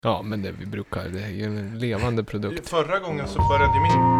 Ja, men det vi brukar, det är ju en levande produkt. Förra gången så började ju min...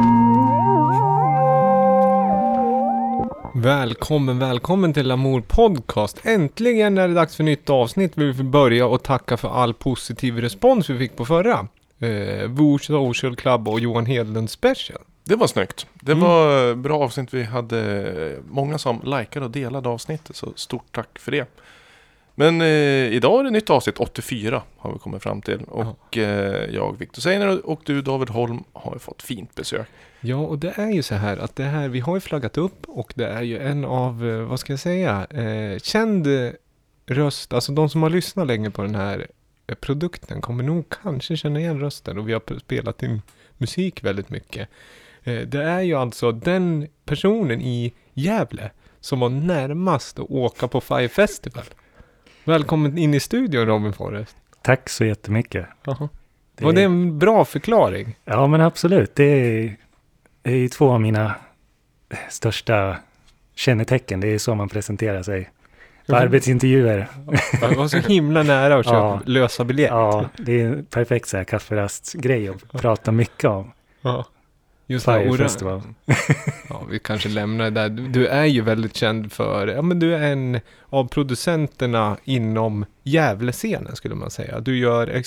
Välkommen till Lamour Podcast. Äntligen är det dags för nytt avsnitt. Vi vill börja och tacka för all positiv respons vi fick på förra. Vår Social Club och Johan Hedlund Special. Det var snyggt. Det var bra avsnitt. Vi hade många som likade och delade avsnittet. Så stort tack för det. Men idag är det nytt avsnitt 84 har vi kommit fram till. Och jag, Victor Seiner och du, David Holm, har ju fått fint besök. Ja, och det är ju så här att det här, vi har ju flaggat upp och det är ju en av, vad ska jag säga, känd röst. Alltså de som har lyssnat länge på den här produkten kommer nog kanske känna igen rösten, och vi har spelat in musik väldigt mycket. Det är ju alltså den personen i Gävle som var närmast att åka på Five Festival. Välkommen in i studion, Robin Forrest. Tack så jättemycket. Var det en bra förklaring? Ja, men absolut. Det är ju två av mina största kännetecken. Det är så man presenterar sig på arbetsintervjuer. Jag var så himla nära att köpa lösa biljett. Ja, det är en perfekt så här kafferastgrej att prata mycket om. Ja. Just Fire Festival. Ja, vi kanske lämnar det där. Du är ju väldigt känd för, ja men du är en av producenterna inom Gävle-scenen skulle man säga. Du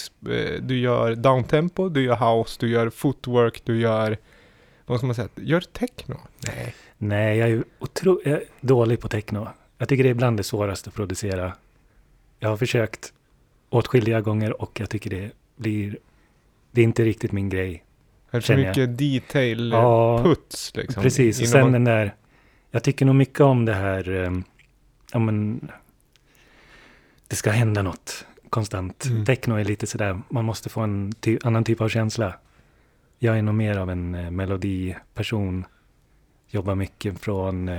gör downtempo, du gör house, du gör footwork, du gör, vad ska man säga, gör techno? Nej, jag är jag är dålig på techno. Jag tycker det är bland det svåraste att producera. Jag har försökt åtskilliga gånger och jag tycker det är inte riktigt min grej. Det är så mycket detail puts liksom. Precis, och sen den där, jag tycker nog mycket om det här, ja men det ska hända något konstant. Techno är lite sådär, man måste få en annan typ av känsla. Jag är nog mer av en melodiperson, jobbar mycket från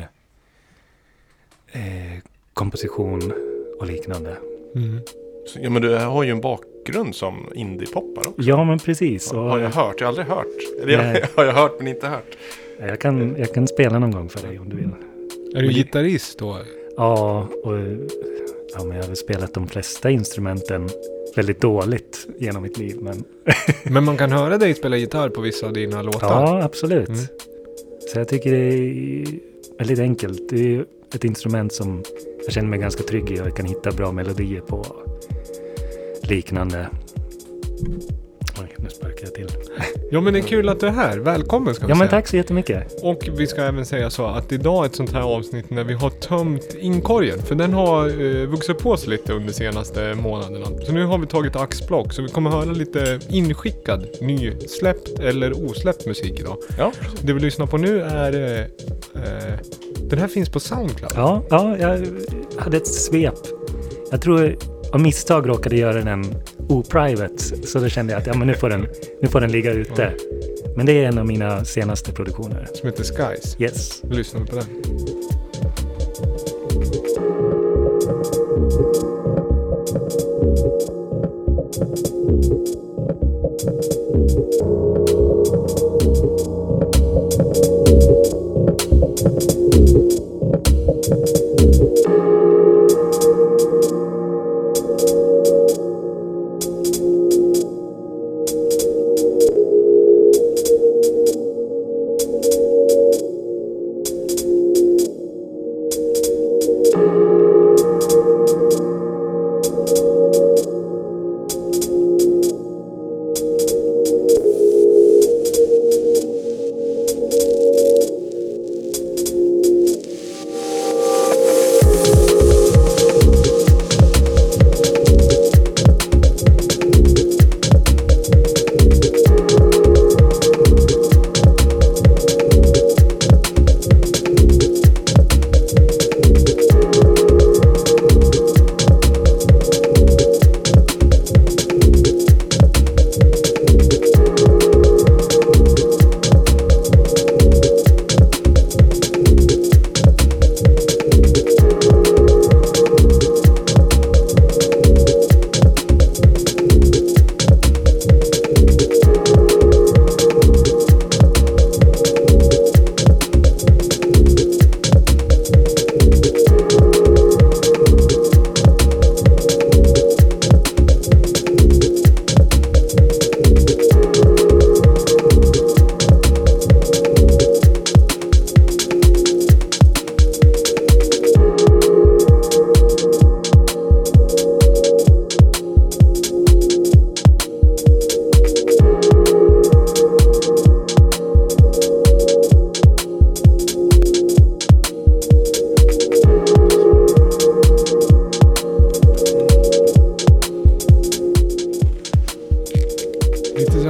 komposition och liknande. Ja, men du har ju en bakgrund som indie-poppar också. Ja, men precis. Har jag hört? Jag har aldrig hört. Eller har jag hört men inte hört. Jag kan spela någon gång för dig om du vill. Är du gitarrist då? Ja, men jag har väl spelat de flesta instrumenten väldigt dåligt genom mitt liv. Men man kan höra dig spela gitarr på vissa av dina låtar. Ja, absolut. Så jag tycker det är väldigt enkelt. Det är ett instrument som jag känner mig ganska trygg i och jag kan hitta bra melodier på liknande. Oj, nu sparkar jag till. Ja, men det är kul att du är här. Välkommen ska vi säga. Ja, men tack så jättemycket. Och vi ska även säga så att idag är ett sånt här avsnitt när vi har tömt inkorgen. För den har vuxit på sig lite under senaste månaderna. Så nu har vi tagit axplock. Så vi kommer höra lite inskickad, nysläppt eller osläppt musik idag. Ja. Det vi lyssnar på nu är... den här finns på Soundcloud. Ja, jag hade ett svep. Jag tror av misstag råkade göra den oprivate. Så då kände jag att nu får den ligga ute. Men det är en av mina senaste produktioner. Som heter Skies. Yes. Lyssna på den.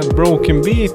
här Broken Beat.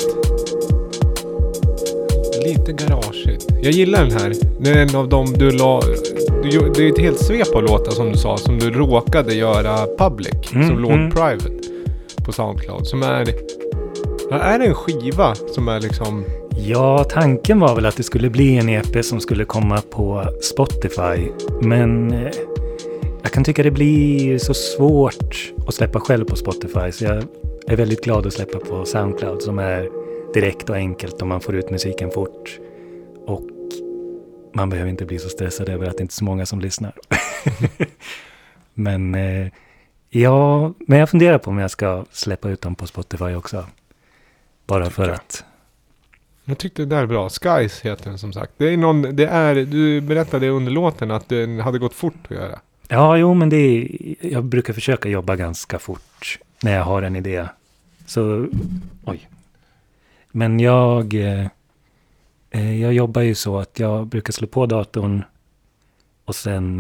Lite garageigt. Jag gillar den här. Det är en av dem det är ett helt svep av låtar som du sa. Som du råkade göra public. Som låg private. På Soundcloud. Som är det en skiva som är liksom... Ja, tanken var väl att det skulle bli en EP som skulle komma på Spotify. Men jag kan tycka det blir så svårt att släppa själv på Spotify. Så jag är väldigt glad att släppa på Soundcloud som är direkt och enkelt och man får ut musiken fort. Och man behöver inte bli så stressad över att det inte är så många som lyssnar. Men men jag funderar på om jag ska släppa ut dem på Spotify också. Bara för att... Jag tyckte det där är bra. Skies heter den som sagt. Du berättade under låten att den hade gått fort att göra. Ja, jo, men jag brukar försöka jobba ganska fort när jag har en idé. Så, Men jag jobbar ju så att jag brukar slå på datorn och sen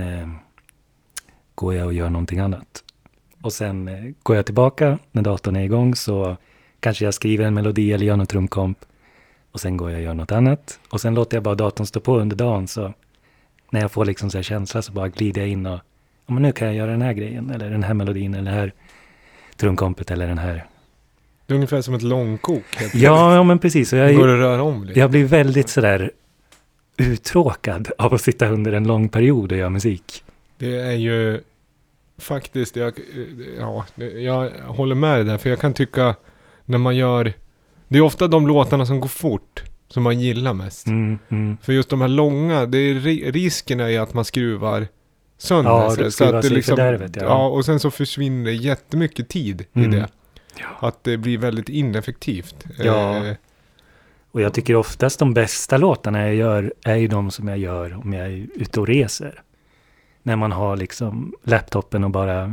går jag och gör någonting annat. Och sen går jag tillbaka när datorn är igång så kanske jag skriver en melodi eller gör något trumkomp. Och sen går jag och gör något annat. Och sen låter jag bara datorn stå på under dagen. Så när jag får liksom så här känsla så bara glider jag in och men nu kan jag göra den här grejen. Eller den här melodin eller det här trumkompet eller den här. Det är ungefär som ett långkok. Ja, men precis. Och går att röra om lite. Jag blir väldigt sådär uttråkad av att sitta under en lång period och göra musik. Det är ju faktiskt, jag håller med dig där. För jag kan tycka när man gör, det är ofta de låtarna som går fort som man gillar mest. För just de här långa, det är risken är ju att man skruvar sönder. Ja, det så att det liksom, fördärvet, ja, och sen så försvinner jättemycket tid i det. Ja. Att det blir väldigt ineffektivt. Ja. Och jag tycker oftast de bästa låtarna jag gör är ju de som jag gör om jag är ute och reser. När man har liksom laptopen och bara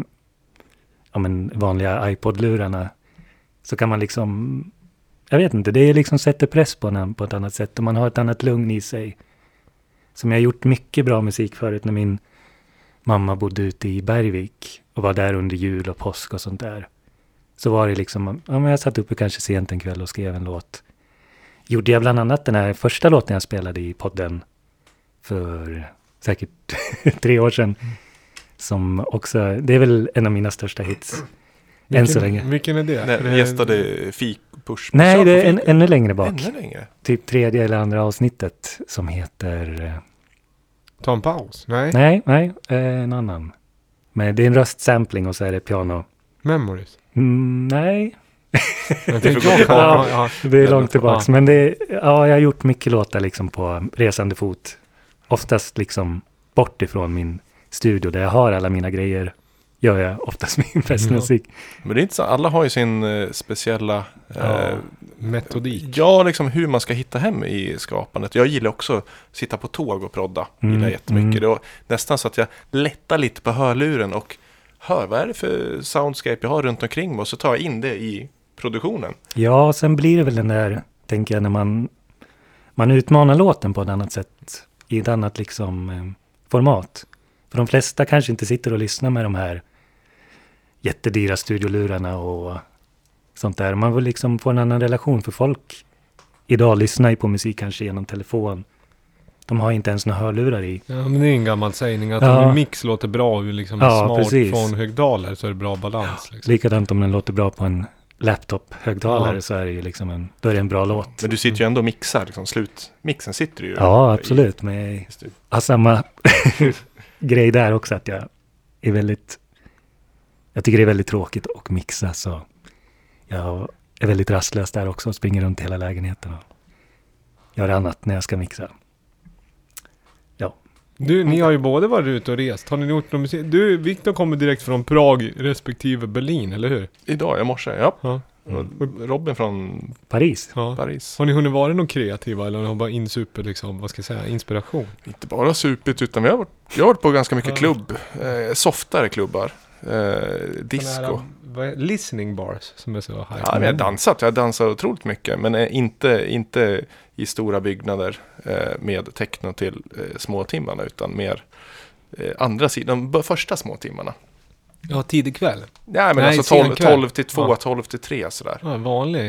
vanliga iPod-lurarna så kan man liksom, jag vet inte, det är liksom sätter press på en på ett annat sätt och man har ett annat lugn i sig. Som jag har gjort mycket bra musik förut när min mamma bodde ute i Bergvik och var där under jul och påsk och sånt där. Så var det liksom, jag satt uppe kanske sent en kväll och skrev en låt. Gjorde jag bland annat den här första låten jag spelade i podden för säkert 3 år sedan. Som också, det är väl en av mina största hits. Än så länge. Vilken är det? När gästade Push. Nej, det är ännu längre bak. Ännu längre? Typ 3:e eller 2:a avsnittet som heter... Ta en paus? Nej, en annan. Men det är en röstsampling och så är det piano. Memories? Nej. Det är långt tillbaka. Men jag har gjort mycket låtar liksom på resande fot. Oftast liksom bort ifrån min studio där jag har alla mina grejer. Gör jag oftast min festmusik. Men det är inte så, alla har ju sin speciella metodik. Ja, liksom hur man ska hitta hem i skapandet. Jag gillar också att sitta på tåg och prodda. Gillar jättemycket. Det var nästan så att jag lättar lite på hörluren och hör vad är det för soundscape jag har runt omkring mig och så tar jag in det i produktionen. Ja, sen blir det väl den där, tänker jag, när man utmanar låten på ett annat sätt. I ett annat liksom format. För de flesta kanske inte sitter och lyssnar med de här jättedyra studiolurarna och sånt där. Man vill liksom få en annan relation, för folk idag lyssnar ju på musik kanske genom telefon. De har inte ens några hörlurar i. Ja, men det är en gammal sägning att om en mix låter bra ur liksom en smartphone-högtalare så är det bra balans. Liksom. Likadant om den låter bra på en laptop-högtalare så är det ju liksom då är det en bra låt. Men du sitter ju ändå och mixar, liksom slutmixen sitter ju. Ja, absolut. Men jag har samma grej där också, att jag tycker det är väldigt tråkigt att mixa, så jag är väldigt rastlös där också och springer runt hela lägenheten och gör annat när jag ska mixa. Ja. Ni har ju både varit ute och rest. Har ni gjort någon musik? Du, Victor kommer direkt från Prag respektive Berlin, eller hur? Idag, i morse, ja. Robin från Paris. Ja. Paris. Har ni hunnit vara någon kreativa eller har ni bara insupit liksom, vad ska jag säga, inspiration? Inte bara supit, utan jag har varit på ganska mycket klubb. Softare klubbar. Disco. Listening bars som är så här. Ja, men jag dansar otroligt mycket, men inte i stora byggnader med techno till små timmarna, utan mer andra sidan, de första små timmarna. Ja, tidig kväll. Ja, men alltså 12 till 2, 12 till 3 sådär. Ja, vanlig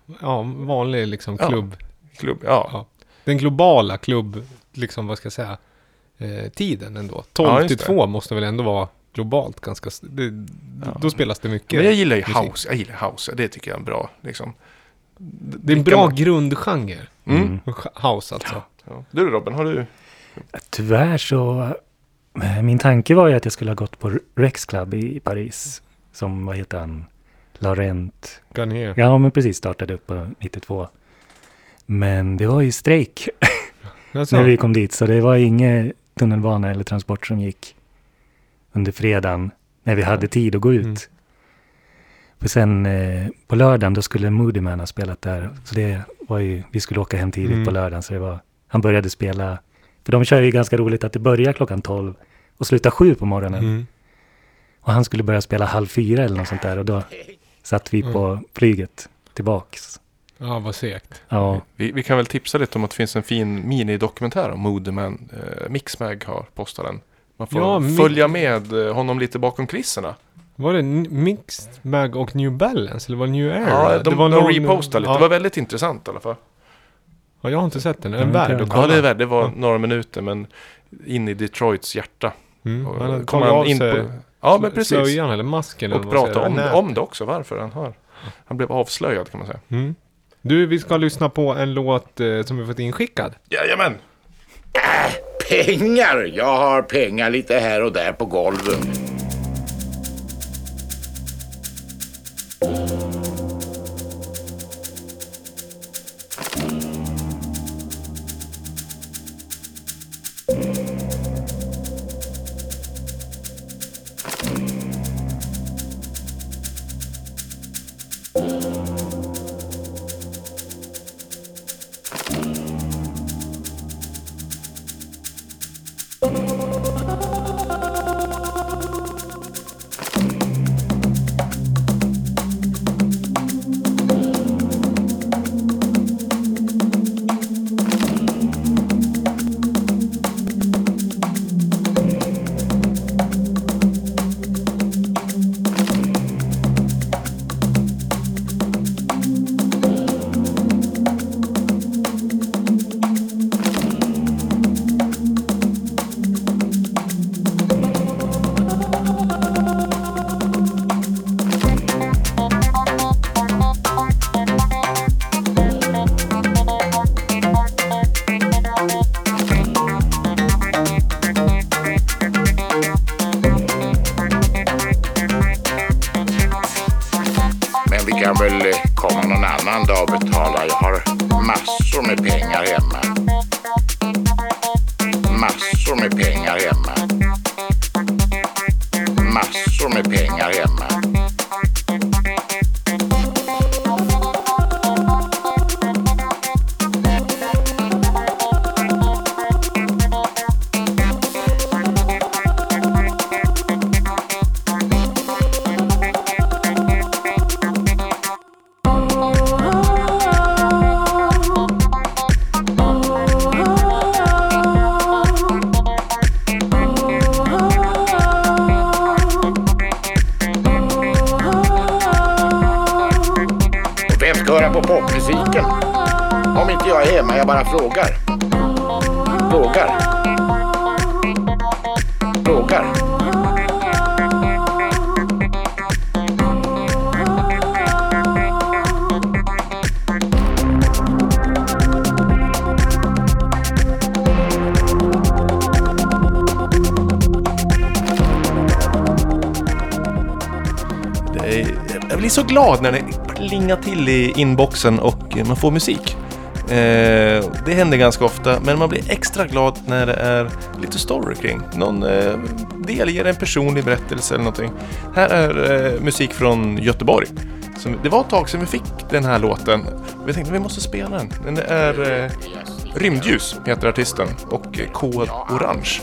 vanlig liksom klubb. Klubb, ja. Ja. Den globala klubb, liksom vad ska jag säga, tiden ändå. 12 till 2 måste väl ändå vara globalt ganska... Då spelas det mycket. Men jag gillar ju musik. house. Det tycker jag är en bra, liksom. Det är en bra grundgenre. House alltså. Ja. Du Robin, har du... Tyvärr så... Min tanke var ju att jag skulle ha gått på Rex Club i Paris. Som, vad heter han? Laurent. Garnier. Ja, men precis, startade upp på 92. Men det var ju strejk när vi kom dit. Så det var ingen tunnelbana eller transport som gick under fredagen när vi hade tid att gå ut. För sen på lördagen då skulle Moody Man ha spelat där. Så det var ju, vi skulle åka hem tidigt på lördagen. Så det var, han började spela, för de kör ju ganska roligt att det börjar klockan 12 och slutar 7 på morgonen. Och han skulle börja spela 3:30 eller något sånt där. Och då satt vi på flyget tillbaks. Ja, vad segt. Ja. Vi kan väl tipsa lite om att det finns en fin mini-dokumentär om Moody Man. Mixmag har postat den. Man får följa med honom lite bakom kulisserna. Var det Mixmag och New Balance? Eller var det New Air? Ja, de repostade lite. Ja. Det var väldigt intressant i alla fall. Ja, jag har inte sett den. Är den värd att Ja, kolla? det är värd. Det var några minuter, men in i Detroits hjärta. Han har Kom tagit av in sig på... Ja, men precis. slöjan eller masken. Och eller vad prata säger om det också, varför han har. Han blev avslöjad, kan man säga. Du, vi ska lyssna på en låt som vi fått inskickad. Jajamän! Pengar! Jag har pengar lite här och där på golvet. kan väl komma någon annan dag och betala. Jag har massor med pengar hemma. Massor med pengar hemma. Massor med pengar hemma. Vem ska höra på popmusiken? Om inte jag är hemma, jag bara frågar. Frågar. Frågar. Jag blir så glad när det plingar till i inboxen och man får musik. Det händer ganska ofta, men man blir extra glad när det är lite story kring. Någon delger en personlig berättelse eller någonting. Här är musik från Göteborg. Det var ett tag sedan vi fick den här låten. Vi tänkte vi måste spela den. Den är Rymdljus heter artisten och Kod Orange.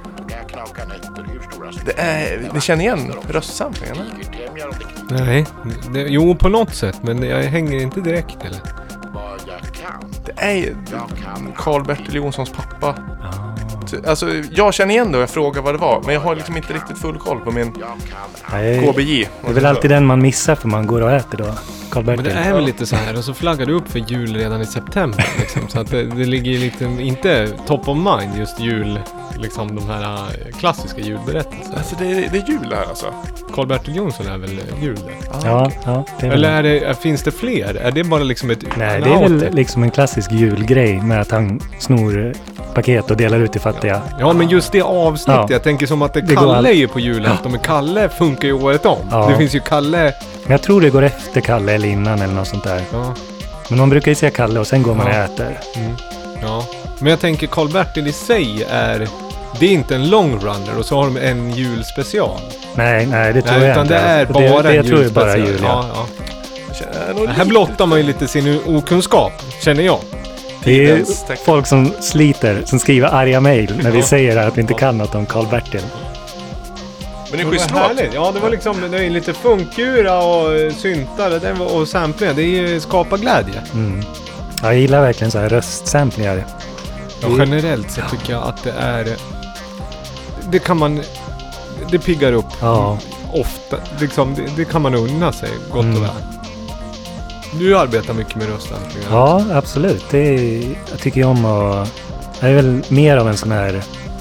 Ni känner igen röstsamlingen? Nej, jo på något sätt, men jag hänger inte direkt eller. Det är Karl-Bertil Jonssons pappa. Alltså, jag känner igen det och jag frågar vad det var, men jag har liksom inte riktigt full koll på min KBJ. Det är väl alltid den man missar för man går och äter då. Karl-Bertil. Men det är väl lite så här, och så flaggar du upp för jul redan i september liksom, så att det ligger lite, inte top of mind just jul, liksom de här klassiska julberättelserna. Alltså det är jul här alltså. Karl-Bertil Jonsson är väl jul det? Ja, det är väl... Eller finns det fler? Är det bara liksom ett... Nej, det är väl liksom en klassisk julgrej med att han snor paket och delar ut till fattiga. Ja, men just det avsnittet. Ja. Jag tänker som att Det Kalle går är ju på julafton, men Kalle funkar ju året om. Ja. Det finns ju Kalle... Men jag tror det går efter Kalle eller innan eller något sånt där. Ja. Men man brukar ju säga Kalle och sen går man och Ja. äter. Ja. Men jag tänker Karl-Bertil i sig är... Det är inte en long runner och så har de en julspecial. Nej, det tror Nej, jag utan inte. det är bara det en jag tror jag julspecial. bara jul, ja. Ja. Här blottar man ju lite sin okunskap, känner jag. Det är Tidens tecken. folk som sliter, som skriver arga mejl när vi säger att vi inte kan något om Karl-Bertil. Men det är Det schysst var låt. härligt. Ja, det var liksom det är lite funkura och syntar och samplingar. Det är ju skapa glädje. Jag gillar verkligen så här röstsamplingar. Ja, generellt så tycker jag att det är... Det kan man... Det piggar upp Ja. ofta. Liksom, det kan man unna sig gott och väl. Du arbetar mycket med röstsamplingar. Ja, absolut. Jag tycker ju om att... Jag är väl mer av en sån här...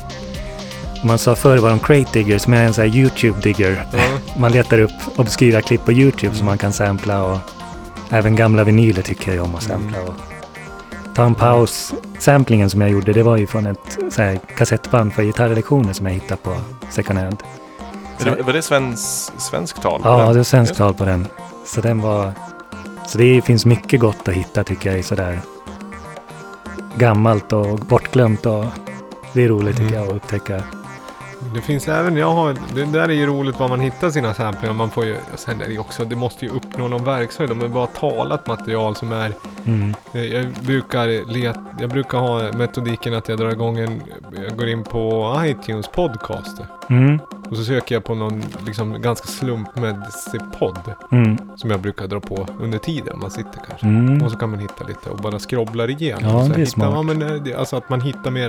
Om man sa förr var de crate diggers, men en sån här YouTube-digger. Ja. Man letar upp obskyra klipp på YouTube som man kan sampla och även gamla vinyler tycker jag om att sampla. Och ta en paus. Samplingen som jag gjorde, det var ju från ett så här kassettband för gitarrlektioner som jag hittade på second hand. Var det svensk tal? Ja, det är svensk tal på den. Så den var... Så det finns mycket gott att hitta tycker jag i sådär gammalt och bortglömt och det är roligt tycker jag att upptäcka. Det finns även, det där är ju roligt vad man hittar sina samplingar. Man får ju, sen är det ju också, det måste ju uppnå någon verksamhet. De är bara talat material som är, jag brukar ha metodiken att jag drar igång jag går in på iTunes podcast. Och så söker jag på någon liksom ganska slumpmässig podd som jag brukar dra på under tiden man sitter kanske. Och så kan man hitta lite och bara scrobblar igenom. Ja, så det är smart. Ja, men alltså att man hittar mer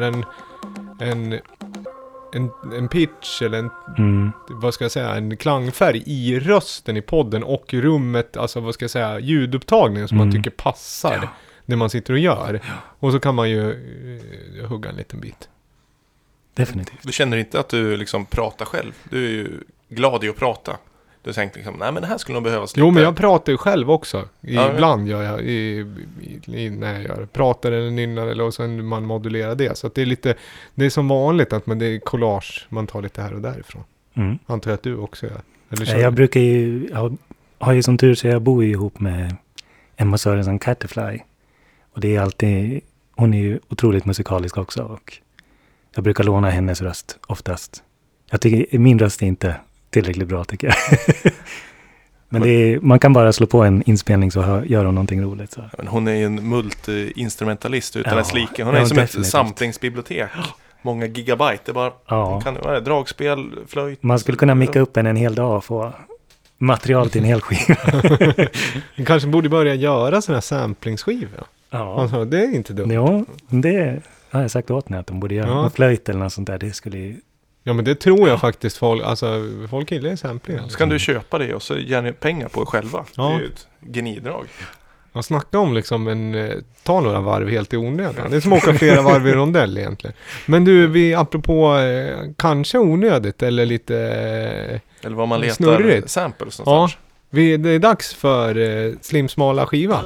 en pitch eller vad ska jag säga, en klangfärg i rösten i podden och rummet, alltså vad ska jag säga, ljudupptagningen som man tycker passar det man sitter och gör. Och så kan man ju hugga en liten bit. Definitivt. Du känner inte att du liksom pratar själv. Du är ju glad i att prata. Du tänkte liksom, nej men det här skulle nog behövas lite. Jo, men jag pratar ju själv också. Ja, Ibland gör jag när jag gör pratar eller nynnar eller och sen man modulerar det. Så att det är lite, det är som vanligt att det är collage, man tar lite här och därifrån. Antar jag att du också gör. Eller jag brukar ju, jag har ju som tur så jag bor ju ihop med Emma Sörensen Catterfly. Och det är alltid, hon är ju otroligt musikalisk också och jag brukar låna hennes röst oftast. Jag tycker min röst är inte tillräckligt bra tycker jag. Men man kan bara slå på en inspelning så gör hon någonting roligt. Så. Men hon är ju en multi-instrumentalist utan dess like. Hon är ja, ju som definitivt. ett samplingsbibliotek. Många gigabyte. Det är bara, vad är det? Dragspel, flöjt. Man skulle kunna micka upp en hel dag och få material till en hel skiva. Vi kanske borde börja göra sådana här samplingsskivor. Ja. Alltså, det är inte dumt. Jo, det har jag sagt åt henne att de borde göra. Med flöjt eller något sånt där, det skulle ju... Ja, men det tror jag faktiskt folk gillar ju samplingar. Så kan du köpa det och så ger ni pengar på er själva. Ja. Det är ju ett genidrag. Jag snackar om liksom ta några varv helt i onödan. Det är som att åka flera varv i rondell egentligen. Men du, apropå kanske onödigt eller lite Eller vad man letar snurrigt. samples Ja, någonstans. det är dags för Slimsmala skiva.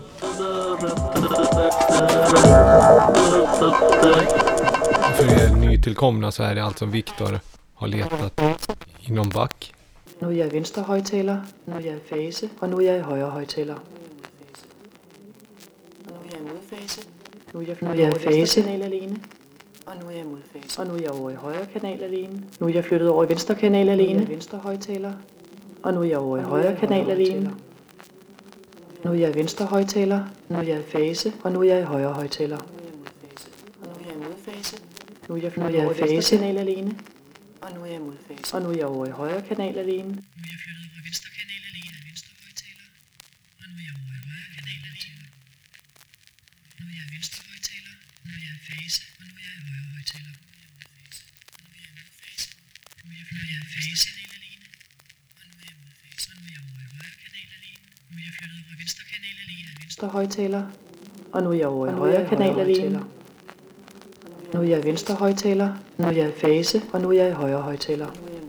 För er nytillkomna så är det alltså Viktor har letat i någon back. Nu är jag i venstre højtaler, nu er jeg i fase, og nu er jeg i højre højtaler. Nu er jeg i modfase. Nu er jeg i fase. Kanal alene. Og nu er jeg i modfase. Og nu er jeg over i højre kanal alene. Nu er jeg flyttet over i venstre kanal alene. Nu er jeg i venstre højtaler. Og nu er jeg over i højre kanal alene. Nu er jeg i venstre højtaler. Nu er jeg i fase. Og nu er jeg i højre højtaler. Og nu er jeg i modfase. Nu er jeg flyttet over i venstre kanal alene. Og nu er jeg i modfase. Og nu er jeg over i højre kanal alene. Nu er jeg flyttet over i venstre kanal alene. Venstre højtaler. Og nu er jeg over i højre kanal alene. Nu er jeg i venstre højtaler. Nu er jeg i fase. Og nu er jeg i højre højtaler. Nu er jeg i modfase. Nu er jeg i fase alene. Og nu er jeg i modfase. Og nu er jeg over i højre kanal alene. Nu er jeg Venstre højtaler. Og nu er jeg over i højre kanal alene. Nu er jeg i venstre højtaler. Nu er jeg i fase. Og nu er jeg i højre højtaler.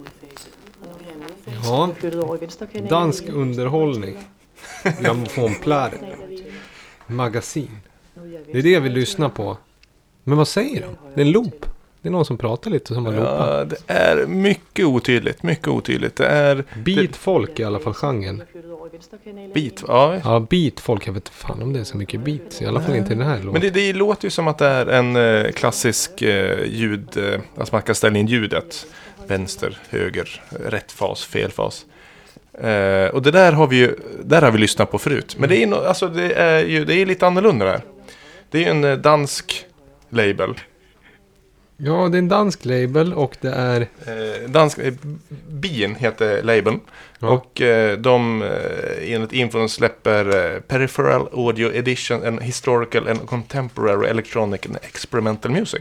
Ja, Jeg flyttede over i venstre kanal. dansk underhållning. Grammofonpläder. Magasin. Det är det vi lyssnar på. Men vad säger de? Det är en loop. Det är någon som pratar lite som har loopat. Ja, det är mycket otydligt. Mycket otydligt. Det är Beatfolk i alla fall genren. beat. Ja. Ja, beatfolk. Jag vet fan om det är så mycket beats. I alla fall inte i den här låten. Men det låter ju som att det är en klassisk ljud. Alltså man kan ställa in ljudet. Vänster, höger, rätt fas, fel fas. Och det där har vi lyssnat på förut. Men det är lite annorlunda där. Det är en dansk label. Ja, det är en dansk label och det är... Bien heter labeln. Ja. Och de enligt infon släpper Peripheral Audio Edition and Historical and Contemporary Electronic and Experimental Music.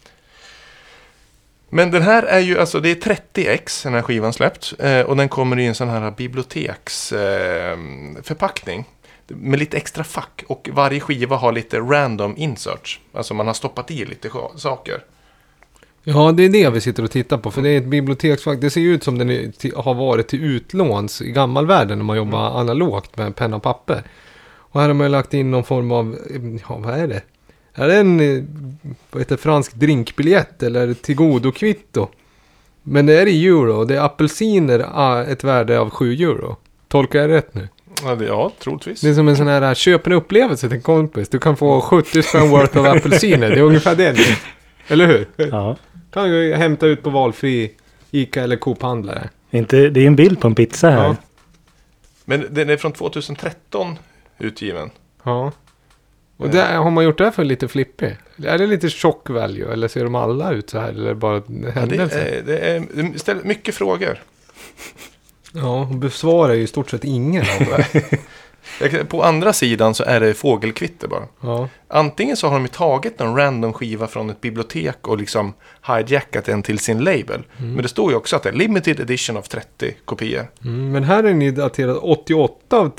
Men den här är ju, alltså det är 30x den här skivan släppt. Och den kommer i en sån här biblioteksförpackning. Med lite extra fack. Och varje skiva har lite random inserts. Alltså man har stoppat i lite saker. Ja, det är det vi sitter och tittar på. För det är ett biblioteksfack. Det ser ju ut som den har varit till utlåns i gammalvärlden när man jobbar analogt med penna och papper. Och här har man lagt in någon form av, ja vad är det? Är det en fransk drinkbiljett eller tillgodokvitto? Men det är i euro. Det är apelsiner ett värde av 7 euro. Tolkar jag rätt nu? Ja, troligtvis. Det är som en sån här köp en upplevelse till en kompis. Du kan få 70 spänn worth av apelsiner. Det är ungefär det. Eller hur? Ja. Kan du hämta ut på valfri Ica eller Coop-handlare. Det är en bild på en pizza här. Ja. Men den är från 2013 utgiven. Ja. Och där har man gjort det här för lite flippig. Är det lite shock value? Eller ser de alla ut så här? Eller bara händelser? Det ställer mycket frågor. Ja, och besvarar ju i stort sett ingen av det. På andra sidan så är det fågelkvitter bara. Ja. Antingen så har de ju tagit någon random skiva från ett bibliotek och liksom hijackat den till sin label. Men det står ju också att det är limited edition av 30 kopior. Men här är ni daterad 88 av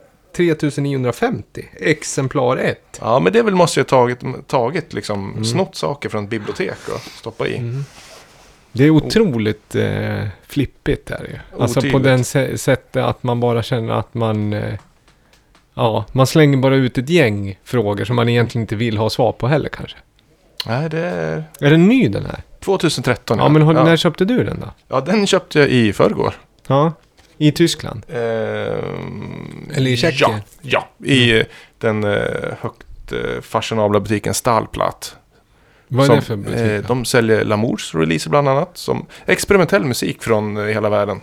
3950. Exemplar 1. Ja, men det väl måste ju ha tagit liksom snott saker från ett bibliotek och stoppa i. Det är otroligt flippigt där ju. Alltså på den sättet att man bara känner att man... man slänger bara ut ett gäng frågor som man egentligen inte vill ha svar på heller kanske. Nej, det är... Är den ny den här? 2013, Ja, men när köpte du den då? Ja, den köpte jag i förrgår. Ja, i Tyskland? Eller i Tjeckien? Ja, i den högt fashionabla butiken Stallplatt. Vad är det för butik? De säljer Lamours releaser bland annat. Som experimentell musik från hela världen.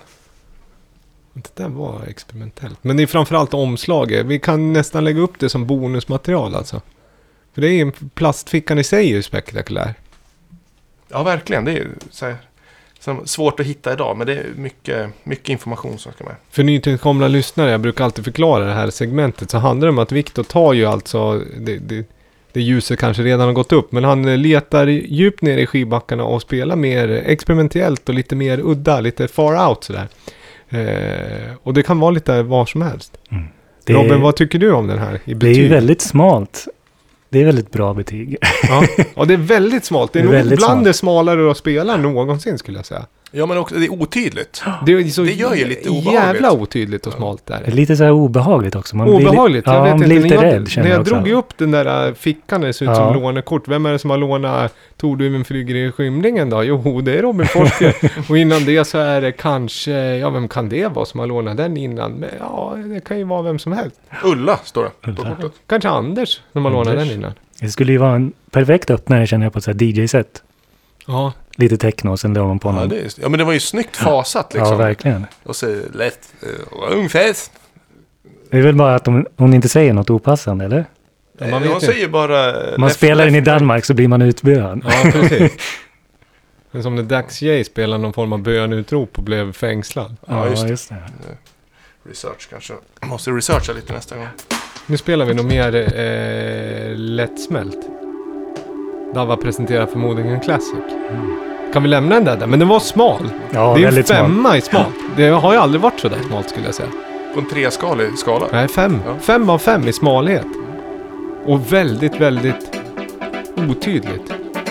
Det där var experimentellt. Men det är framförallt omslaget. Vi kan nästan lägga upp det som bonusmaterial alltså. För det är plastfickan i sig är ju spektakulär. Ja, verkligen. Det är så här, svårt att hitta idag. Men det är mycket information som ska med. För nytillkomna lyssnare, jag brukar alltid förklara det här segmentet. Så handlar det om att Victor tar ju alltså... Det ljuset kanske redan har gått upp. Men han letar djupt ner i skivbackarna och spelar mer experimentellt och lite mer udda. Lite far out sådär. Och det kan vara lite var som helst. Robin, vad tycker du om den här i betyg? Det är ju väldigt smalt. Det är väldigt bra betyg. Ja, det är väldigt smalt. Det är nog bland det smalare att spela någonsin skulle jag säga. Ja, men också det är otydligt. Det gör ju lite obehagligt. Jävla otydligt och smalt där. Det är lite så här obehagligt också. Man obehagligt? Man blir lite rädd. När jag drog upp den där fickan, det ser ut som lånekort. Vem är det som har lånat Tog du min flyger i skymningen då? Jo, det är Robin Forsker. Och innan det så är det kanske, vem kan det vara som har lånat den innan? Men, det kan ju vara vem som helst. Ulla står det på kortet. Kanske Anders som har lånat den innan. Det skulle ju vara en perfekt öppnare, känner jag, på ett så här DJ-set. Ja. Lite techno och sen drar man på någon. Men det var ju snyggt fasat liksom. Ja, verkligen. Och så lätt ungfäst. Det är väl bara att hon inte säger något opassande, eller? Ja, hon säger bara... Man spelar den i Danmark så blir man utböd. Ja, precis. Men som när Dax J spelade någon form av bönutrop och blev fängslad. Ja, just det. Research kanske. Måste researcha lite nästa gång. Nu spelar vi nog mer lättsmält. Dava presenterar förmodligen en classic. Kan vi lämna den där? Men den var smal. Ja, det är väldigt 5 i smalt. Det har ju aldrig varit så där smalt skulle jag säga. På en 3-skalig skala? Nej, 5. Ja. 5 av 5 i smalhet. Och väldigt, väldigt otydligt.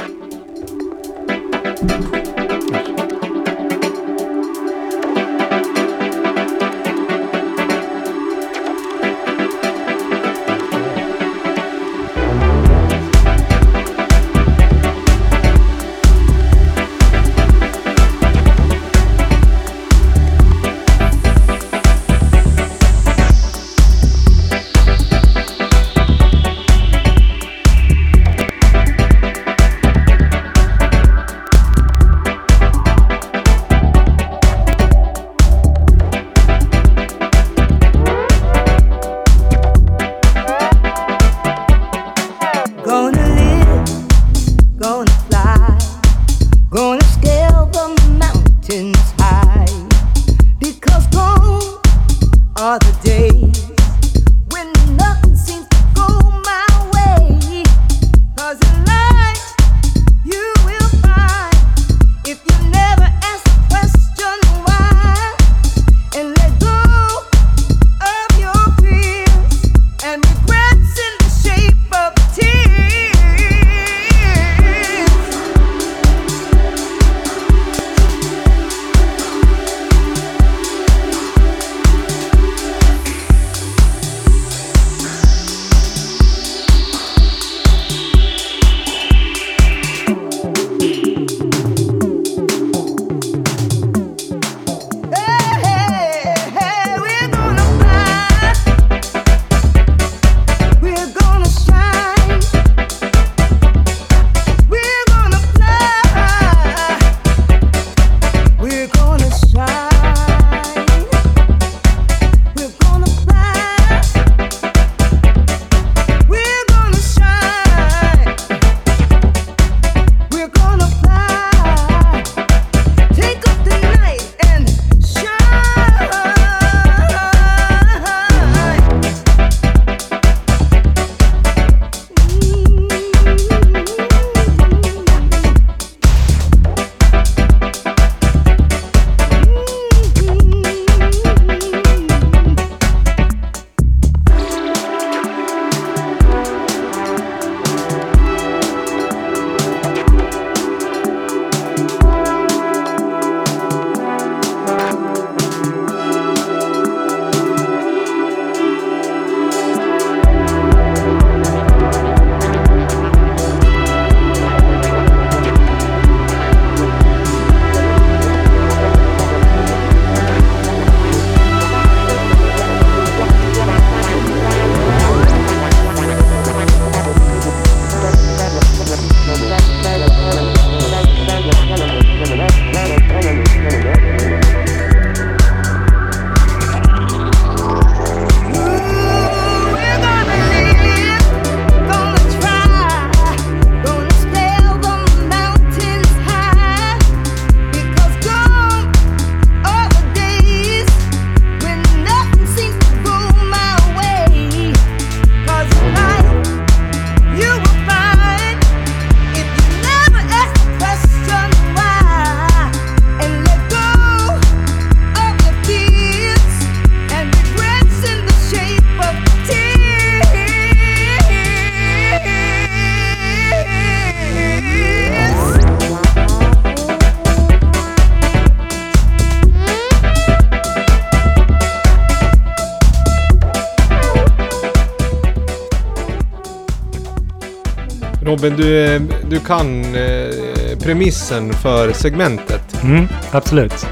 Robin, du kan premissen för segmentet. Absolut.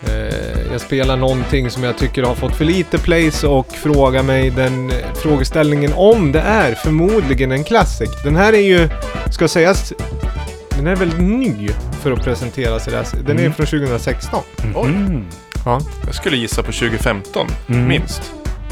Jag spelar någonting som jag tycker har fått för lite plays och frågar mig den frågeställningen om det är förmodligen en klassik. Den här är ju, ska sägas, den är väldigt ny för att presenteras i det här. Den är från 2016. Oj. Ja. Jag skulle gissa på 2015, minst.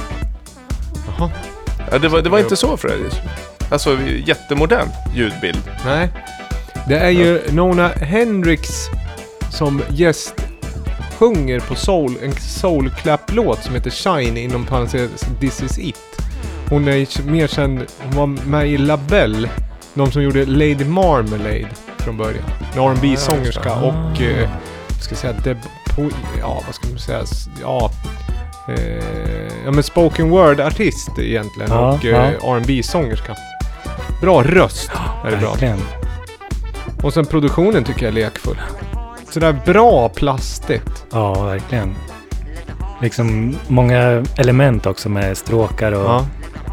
Jaha. Ja, det var inte så, Fredrik. Alltså, jättemodern ljudbild. Nej. Det är ju Nona Hendrix som gäst sjunger på en soul-clap-låt som heter Shine inom parentes This Is It. Hon är mer känd, hon var med i Labelle, de som gjorde Lady Marmalade från början. En R&B-sångerska och vad ska jag säga, vad ska man säga, men spoken word-artist egentligen Ja, och ja. R&B-sångerska. Bra röst är det bra. Verkligen. Och sen produktionen tycker jag är lekfull. Sådär bra plastigt. Ja, verkligen. Liksom många element också med stråkar och Ja.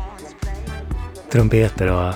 trumpeter och...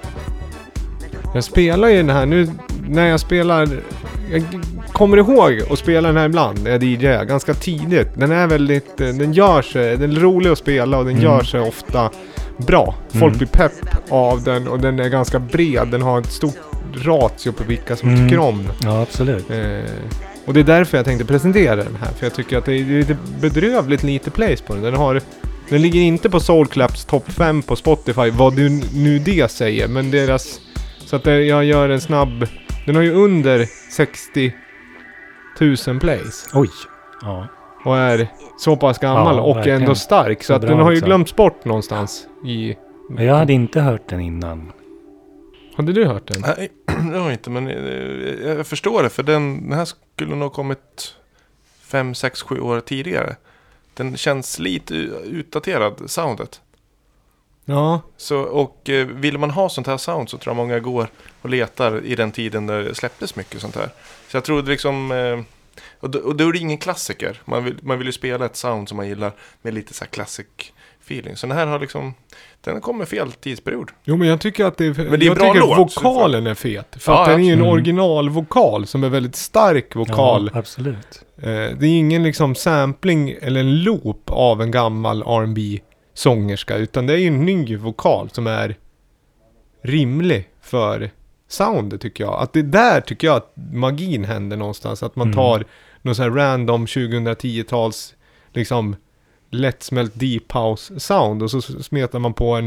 Jag spelar ju den här nu när jag spelar. Jag kommer ihåg att spela den här ibland när jag DJar ganska tidigt. Den är väldigt, den gör sig, den är rolig att spela och den gör sig ofta bra. Folk blir pepp av den och den är ganska bred. Den har ett stort ratio på vilka som tycker om den. Ja, absolut. Och det är därför jag tänkte presentera den här. För jag tycker att det är lite bedrövligt lite plays på den. Den ligger inte på Soulclaps topp 5 på Spotify, vad du nu det säger. Men deras... Så att jag gör en snabb... Den har ju under 60 000 plays. Oj. Ja. Och är så pass gammal Ja, och verkligen. ändå stark. Så Och att bra den har ju också. glömts bort någonstans i... Men jag hade inte hört den innan. Hade du hört den? Nej, det har jag inte, men jag förstår det. För den här skulle nog kommit 5, 6, 7 år tidigare. Den känns lite utdaterad, soundet. Ja. Så, och vill man ha sånt här sound så tror jag många går och letar i den tiden där det släpptes mycket sånt här. Så jag tror det liksom... och då är det ingen klassiker. Man vill ju spela ett sound som man gillar med lite så här classic feeling. Så den här har liksom... Den kommer fel tidsperiod. Jo, men jag tycker att det är... Men det är jag bra tycker låt, vokalen är fet. För Ja, att den är ju en absolut. originalvokal som är väldigt stark vokal. Ja, absolut. Det är ingen liksom sampling eller en loop av en gammal R&B sångerska, utan det är ju en ny vokal som är rimlig för soundet, tycker jag. Att det där tycker jag att magin händer någonstans. Att man tar någon sån här random 2010-tals liksom lättsmält deep house sound och så smetar man på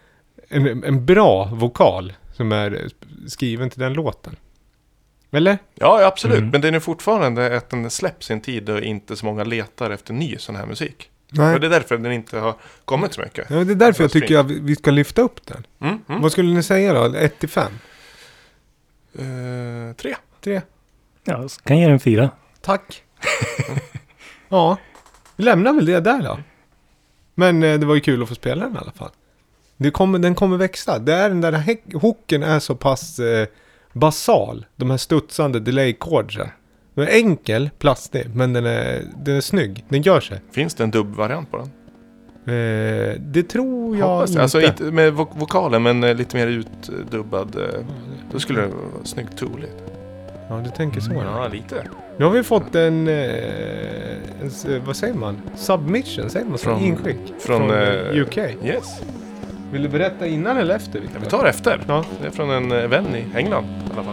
en bra vokal som är skriven till den låten. Eller? Ja, absolut. Men den är fortfarande att den släpps i en tid och inte så många letar efter ny sån här musik. Nej. Och det är därför den inte har kommit så mycket. Ja, det är därför jag tycker att vi ska lyfta upp den. Vad skulle ni säga då? 1-5? 3. 3? Ja, så kan jag ge den 4. Tack. Ja, vi lämnar väl det där då. Men det var ju kul att få spela den i alla fall. Den kommer växa. Det är den där hooken är så pass basal. De här studsande delay-chordsen. Den är enkel, plastig, men den är snygg. Den gör sig. Finns det en dubb-variant på den? Det tror jag Hoppas det. inte. Alltså inte med vokalen, men lite mer utdubbad. Då skulle det vara snyggt tooligt. Ja, du tänker så. Ja, lite. Nu har vi fått en vad säger man? Submission, säger man så? Från- Inskick. från, UK. Yes. Vill du berätta innan eller efter? Ja, vi tar efter. Ja. Det är från en vän i England i alla fall.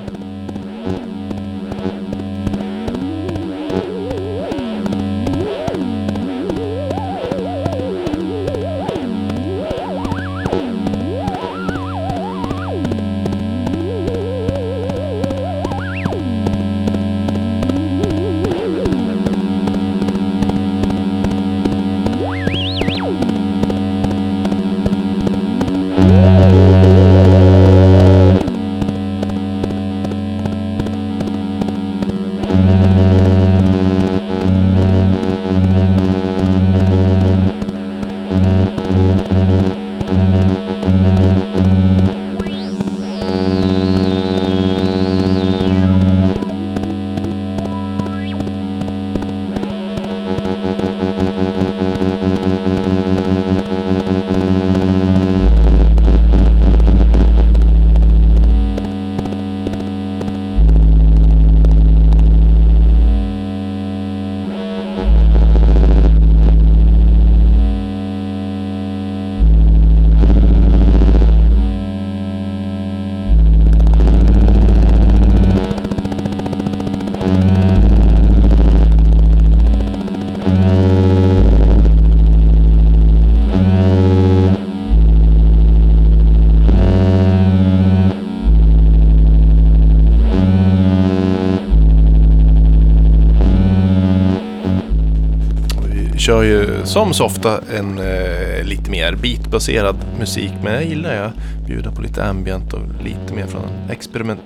Kör ju som så ofta en lite mer beatbaserad musik, men jag gillar att bjuda på lite ambient och lite mer från den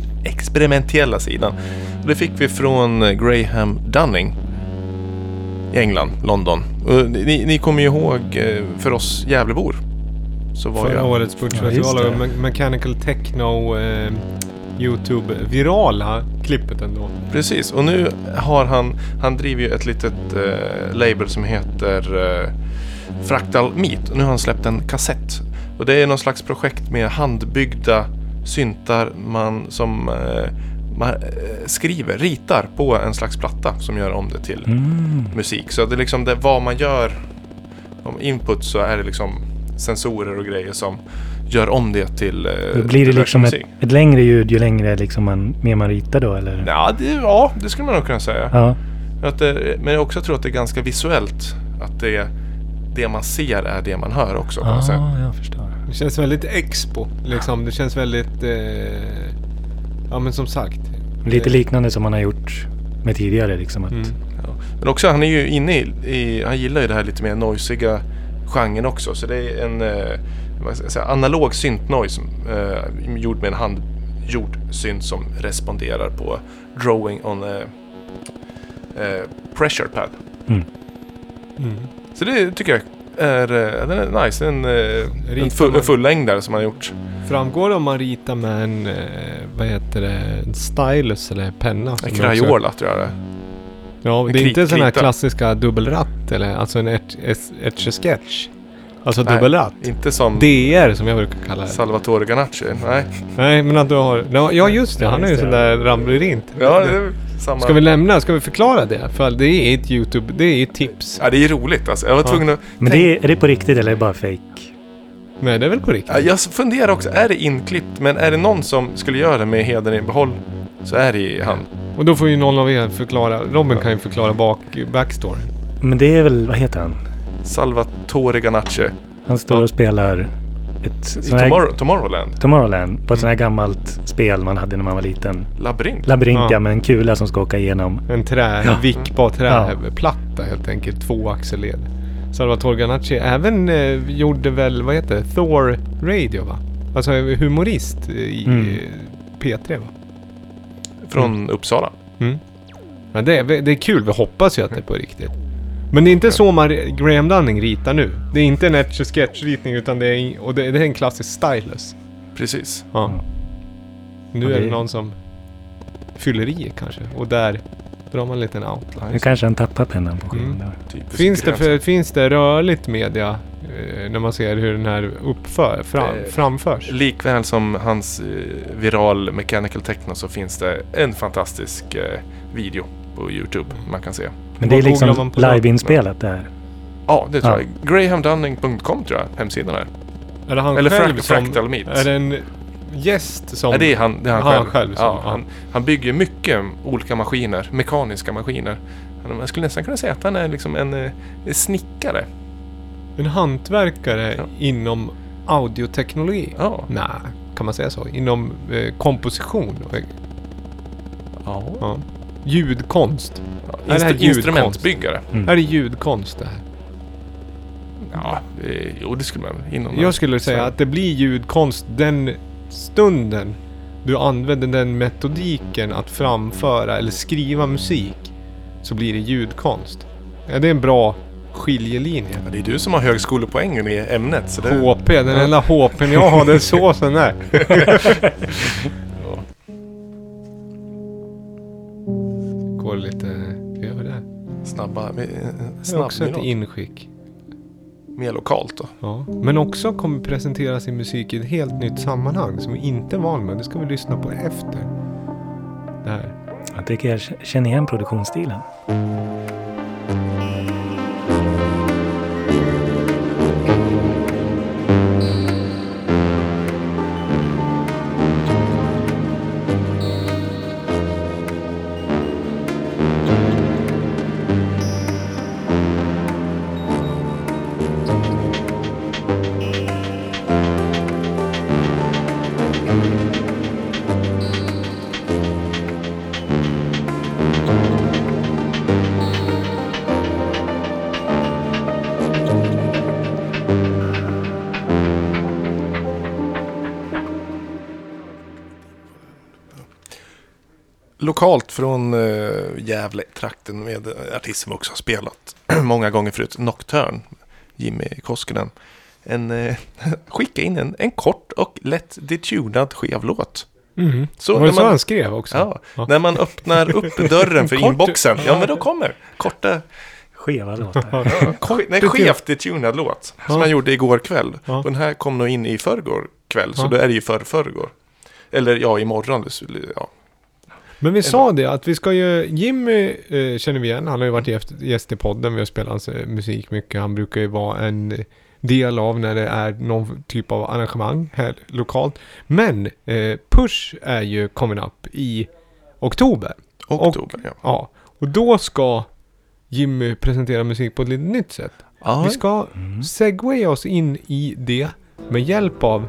experimentella sidan. Och det fick vi från Graham Dunning. i England, London. Och ni kommer ju ihåg för oss Gävlebor. Så var Förra årets Butch-festival Ja, och Mechanical Techno YouTube-virala klippet ändå. Precis, och nu har han driver ju ett litet label som heter Fractal Meat. Och nu har han släppt en kassett. Och det är någon slags projekt med handbyggda syntar man ritar på en slags platta som gör om det till musik. Så det är liksom det vad man gör om input, så är det liksom sensorer och grejer som gör om det till Då blir det liksom musik. ett längre ljud ju längre liksom mer man ritar då, eller? Ja, det skulle man nog kunna säga. Ja. Men jag också tror att det är ganska visuellt. Att det man ser är det man hör också, kan man säga. Ja, jag förstår. Det känns väldigt expo, liksom. Det känns väldigt... ja, men som sagt. Lite liknande som man har gjort med tidigare, liksom. Att, Men också, han är ju inne i han gillar ju det här lite mer noisiga genren också. Så det är en vad ska jag säga, analog synt-noise gjord med en handgjord synt som responderar på drawing on a pressure pad. Så det tycker jag den är nice. En fullängdare som han har gjort. Framgår det om man ritar med en, en stylus eller penna? En Crayola tror jag det. Ja, det är inte sån här krita. klassiska dubbelratt eller alltså en etch-a-sketch. Alltså dubbelratt. Inte som DR som jag brukar kalla det. Salvatore Ganacci. Nej, men att du har... Ja, just det. Han är ju sån där labyrint. Ja, det är samma. Ska vi förklara det? För det är ett YouTube, det är ett tips. Ja, det är roligt alltså. Jag var tvungen att... Men är det på riktigt eller är det bara fake? Nej, det är väl på riktigt. Ja, jag funderar också, är det inklippt? Men är det någon som skulle göra det med hedern i behåll, så är det han. Och då får ju någon av er förklara. Robin kan ju förklara backstory. Men det är väl, vad heter han? Salvatore Ganacci. Han står och spelar ett I Tomorrowland. på ett sånt här gammalt spel man hade när man var liten. Labyrint. Ja, med en kula som ska åka igenom. En vickbar träplatta helt enkelt. 2 axelled. Salvatore Ganacci även gjorde väl, Thor Radio, va? Alltså humorist i P3, va? Från Uppsala. Ja, det är kul, vi hoppas ju att det är på riktigt. Men det är inte så Graham Dunning ritar nu. Det är inte en etch-a-sketch-ritning, utan det är en klassisk stylus. Precis. Ja. Nu är det någon som fyller i kanske. Och där drar man en liten outline. Nu kanske han tappar pennan på skivan där. Finns det rörligt media när man ser hur den här framförs? Likväl som hans viral Mechanical Techno, så finns det en fantastisk video på YouTube man kan se. Men det är liksom live-inspelat där. Ja, det tror jag. GrahamDunning.com tror jag hemsidan är. Är det han eller själv Fractal Meat. Är det en gäst som... Ja, det är han själv. Ja, han bygger mycket olika maskiner, mekaniska maskiner. Jag skulle nästan kunna säga att han är liksom en snickare. En hantverkare inom audioteknologi? Ja. Nej, kan man säga så? Inom komposition? Ja. Ljudkonst? Instrumentbyggare. Är det ljudkonst det här? Ja, det skulle man... Jag skulle säga att det blir ljudkonst den stunden du använder den metodiken att framföra eller skriva musik, så blir det ljudkonst. Ja, det är en bra skiljelinje. Ja, det är du som har högskolepoängen i ämnet. Så det... HP, den enda HP:n jag har, det är såsen där. Går lite över där. Snabb också ett inskick. Mer lokalt då. Ja. Men också kommer presentera sin musik i ett helt nytt sammanhang som vi inte är van med. Det ska vi lyssna på efter. Det här. Jag tycker jag känner igen produktionsstilen. lokalt från Gävle-trakten med artist som också har spelat många gånger förut. Nocturne, Jimmy Koskinen. Skicka in en kort och lätt detunad skevlåt. Mm. Så var det så han skrev också? Ja, när man öppnar upp dörren för inboxen, ja men då kommer korta... Skeva låtar. En skevt detunad låt som man gjorde igår kväll. Och den här kom nog in i förrgår kväll, så då är det ju förrgår. Eller imorgon. Ja. Men vi sa det att vi ska ju... Jimmy känner vi igen. Han har ju varit gäst i podden. Vi har spelat hans musik mycket. Han brukar ju vara en del av när det är någon typ av arrangemang här lokalt. Men Push är ju coming up i oktober. Ja. Och då ska Jimmy presentera musik på ett lite nytt sätt. Vi ska segwaya oss in i det med hjälp av...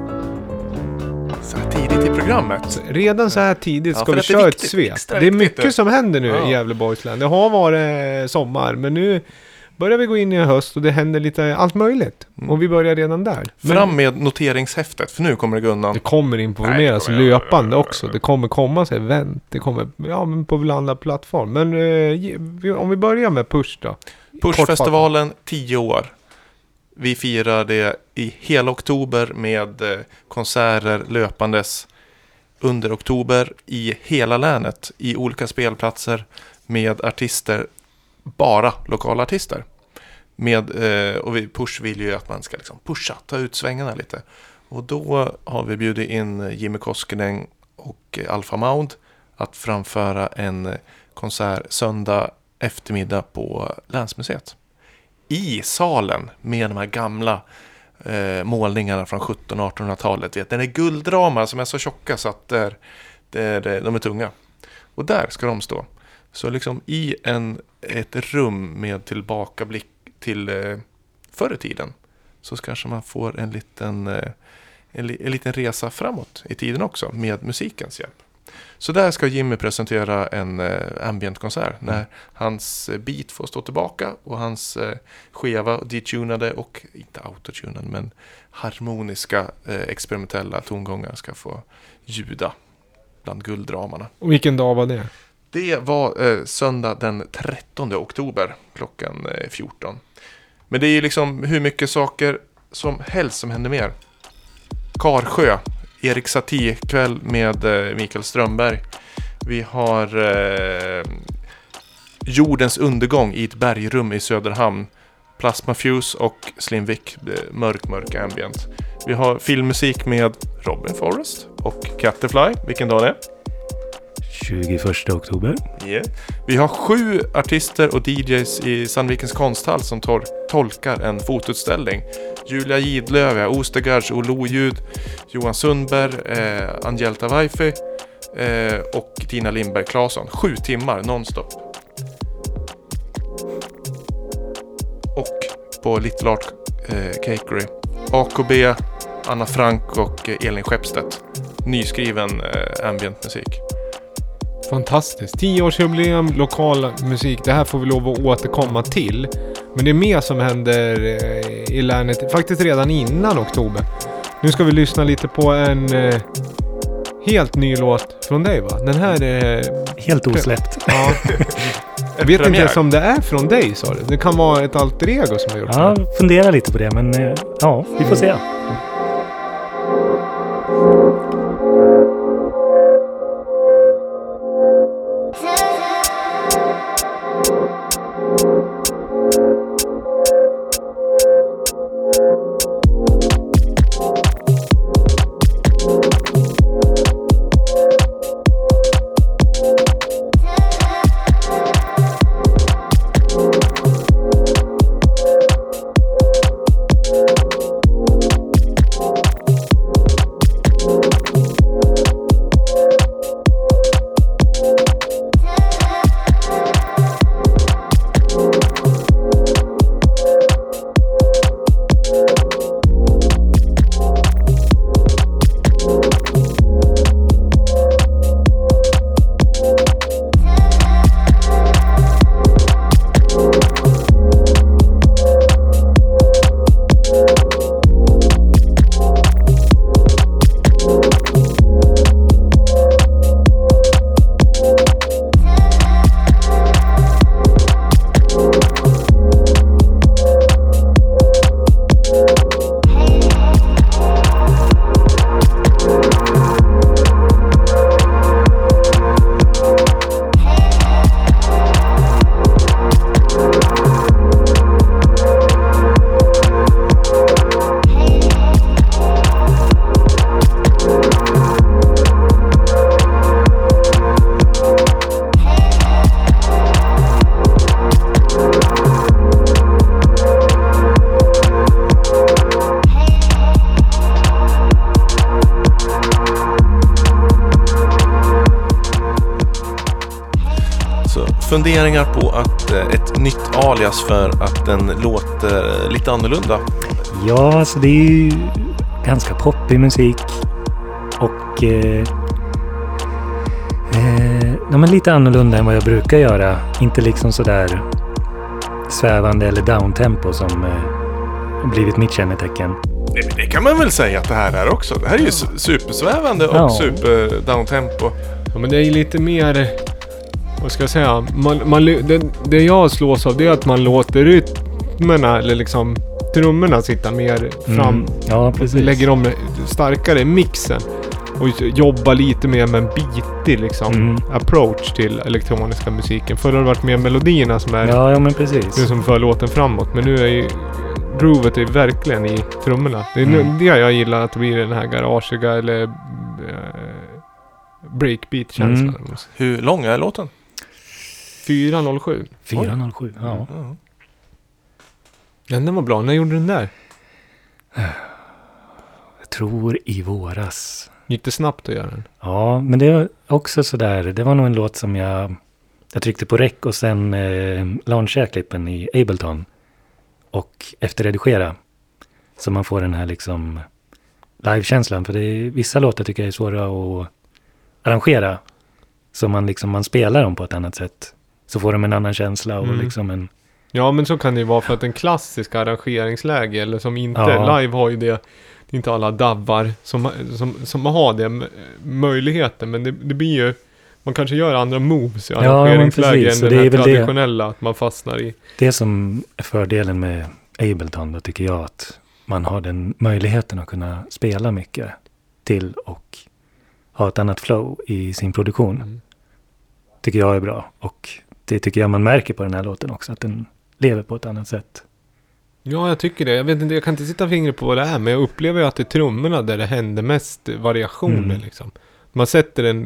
Så här tidigt i programmet. Redan så här tidigt ska vi köra ett svep. Det är mycket som händer nu i Gävleborgs län. Det har varit sommar, men nu börjar vi gå in i höst och det händer lite allt möjligt. Och vi börjar redan där. Fram med noteringshäftet, för nu kommer det gå undan. Det kommer informeras löpande också. Det kommer komma så event. Det kommer på andra plattform. Men om vi börjar med Push då. Pushfestivalen 10 år. Vi firar det i hela oktober med konserter löpandes under oktober i hela länet. I olika spelplatser med artister, bara lokala artister. Och Push vill ju att man ska liksom ta ut svängarna lite. Och då har vi bjudit in Jimmy Koskinen och Alpha Mound att framföra en konsert söndag eftermiddag på Länsmuseet. I salen med de här gamla målningarna från 1700-1800-talet. Den är guldramar som är så tjocka så att de är tunga. Och där ska de stå. Så liksom i ett rum med tillbakablick till förr i tiden, så kanske man får en liten resa framåt i tiden också med musikens hjälp. Så där ska Jimmy presentera en ambient-konsert när hans beat får stå tillbaka och hans skeva, detunade och inte autotunade men harmoniska experimentella tongångar ska få ljuda bland guldramarna. Och vilken dag var det? Det var söndag den 13 oktober klockan 14. Men det är ju liksom hur mycket saker som helst som händer mer. Karsjö, Erik Satie kväll med Mikael Strömberg. Vi har Jordens undergång i ett bergrum i Söderhamn. Plasma Fuse och Slim Vic, mörk ambient. Vi har filmmusik med Robin Forrest och Catterfly. Vilken dag är det? 21 oktober. Yeah. Vi har 7 artister och DJs i Sandvikens konsthall som tolkar en fotutställning. Julia Gidlöv, Ostergards, Ololjud, Johan Sundberg, Angelta Vaifi och Tina Lindberg Claesson. 7 timmar nonstop. Och på Little Art Cakery, AKB, Anna Frank och Elin Skeppstedt. Nyskriven ambient musik. Fantastiskt. 10-årsjubileum, lokal musik. Det här får vi lov att återkomma till. Men det är mer som händer i länet. Faktiskt redan innan oktober. Nu ska vi lyssna lite på en helt ny låt från dig, va? Den här är... helt osläppt. Ja. Jag vet inte ens om det är från dig, sa du. Det kan vara ett alter ego som har gjort det. Ja, fundera lite på det. Men ja, vi får se. funderingar på att ett nytt alias för att den låter lite annorlunda? Ja, alltså det är ju ganska poppig musik. Och men lite annorlunda än vad jag brukar göra. Inte liksom sådär svävande eller downtempo som blivit mitt kännetecken. Det kan man väl säga att det här är också. Det här är ju supersvävande och super downtempo. Ja, men det är ju lite mer, vad ska jag säga, det jag slås av det är att man låter rytmerna eller liksom trummorna sitta mer fram. Ja, precis. Lägger dem starkare i mixen och jobba lite mer med en bitig liksom approach till elektroniska musiken. Förr har det varit mer melodierna som är ja, men precis. det som för låten framåt, men nu är ju groovet är verkligen i trummorna. Det är det jag gillar, att det blir den här garagiga eller breakbeat-känslan. Hur lång är låten? 4:07. 4:07, ja. Ja, den var bra. När gjorde den där? Jag tror i våras. Gick det snabbt att göra den? Ja, men det var också sådär. Det var nog en låt som jag tryckte på rec och sen launchade klippen i Ableton. Och efter redigera. Så man får den här liksom livekänslan. För det är, vissa låtar tycker jag är svåra att arrangera. Så man spelar dem på ett annat sätt. Så får de en annan känsla och liksom en... Ja, men så kan det ju vara för att en klassisk arrangeringsläge eller som inte live har ju det är inte alla dabbar som har det möjligheten, men det blir ju man kanske gör andra moves i arrangeringsläge än den här traditionella att man fastnar i. Det som är fördelen med Ableton då tycker jag att man har den möjligheten att kunna spela mycket till och ha ett annat flow i sin produktion. Tycker jag är bra, och det tycker jag man märker på den här låten också, att den lever på ett annat sätt. Ja, jag tycker det. Jag vet inte, jag kan inte sitta fingret på vad det är, men jag upplever ju att det är trummorna där det händer mest variationer liksom. Man sätter en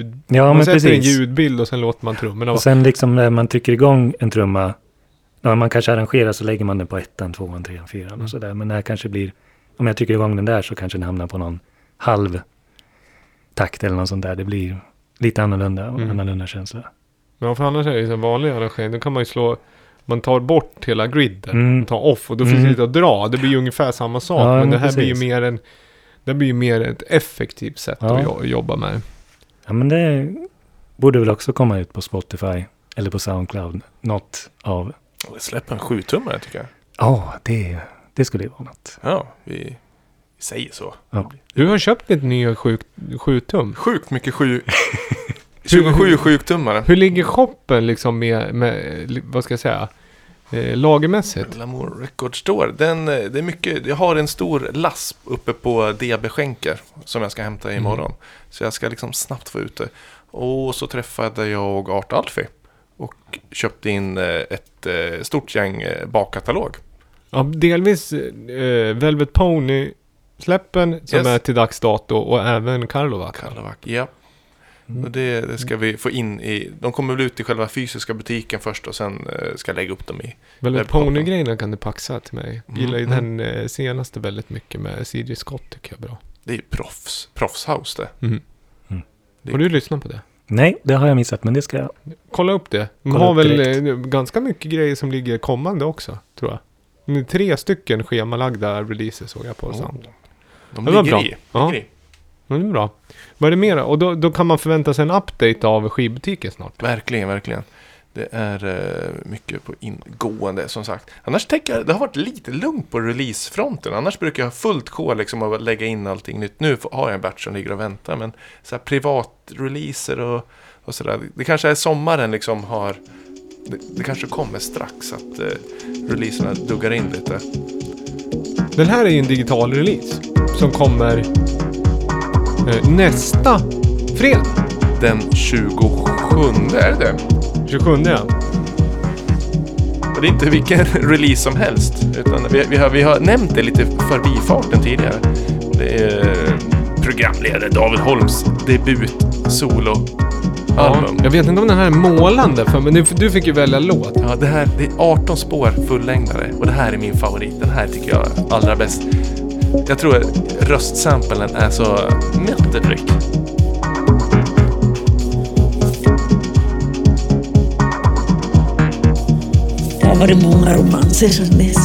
en ljudbild och sen låter man trummorna. Och sen liksom när man trycker igång en trumma, när man kanske arrangerar så lägger man den på 1:an, 2:an, 3:an, 4:an och sådär. Men när det kanske blir, om jag trycker igång den där så kanske den hamnar på någon halv takt eller något sånt där. Det blir lite annorlunda känsla. Ja, för annars är det en vanlig arrangering. Då kan man ju man tar bort hela griden, tar off och då finns det lite att dra. Det blir ju ungefär samma sak, men det här blir ju mer ett effektivt sätt att jobba med. Ja, men det borde väl också komma ut på Spotify eller på Soundcloud. Något av... Släpp en 7-tummare tycker jag. Ja, det skulle ju vara något. Ja, vi säger så. Ja. Du har köpt ett nya 7-tum. Sjukt mycket 27 7-tummare. Hur ligger shoppen liksom med vad ska jag säga, lagermässigt? Lamour Record Store. Det är mycket. Jag har en stor lass uppe på DB-skänker som jag ska hämta imorgon. Så jag ska liksom snabbt få ut det. Och så träffade jag Art Alfie och köpte in ett stort gäng bakkatalog. Ja, delvis Velvet Pony släppen som är till dags dato och även Karlovac. Ja. Och det ska vi få in i... De kommer väl ut i själva fysiska butiken först och sen ska jag lägga upp dem i... Väldigt Pony-grejerna kan du paxa till mig. Gillar ju den senaste väldigt mycket med CJ Scott, tycker jag är bra. Det är ju proffshouse det. Har du lyssnat på det? Nej, det har jag missat, men det ska jag... Kolla upp det. De har väl ganska mycket grejer som ligger kommande också, tror jag. 3 stycken schemalagda releases såg jag på samt. De ligger bra. Ja. Det är bra. Vad är det mer? Och då kan man förvänta sig en update av skivbutiken snart. Verkligen. Det är mycket på ingående, som sagt. Annars tänker jag, det har varit lite lugnt på releasefronten. Annars brukar jag ha fullt kol liksom att lägga in allting nytt. Nu har jag en batch som ligger och väntar. Men så här privatreleaser och sådär. Det kanske är sommaren liksom har... Det kanske kommer strax att releaserna duggar in lite. Den här är ju en digital release som kommer nästa fredag. Den 27, är det? 27, ja. Och det är inte vilken release som helst. Utan vi har nämnt det lite förbifarten tidigare. Det är programledare David Holms debut solo-album. Jag vet inte om den här är målande, men du fick ju välja låt. Ja, det är 18 spår fullängdare. Och det här är min favorit. Den här tycker jag allra bäst. Jag tror att röstsamplen är så mätterdryck. var det många romanser sedan dess.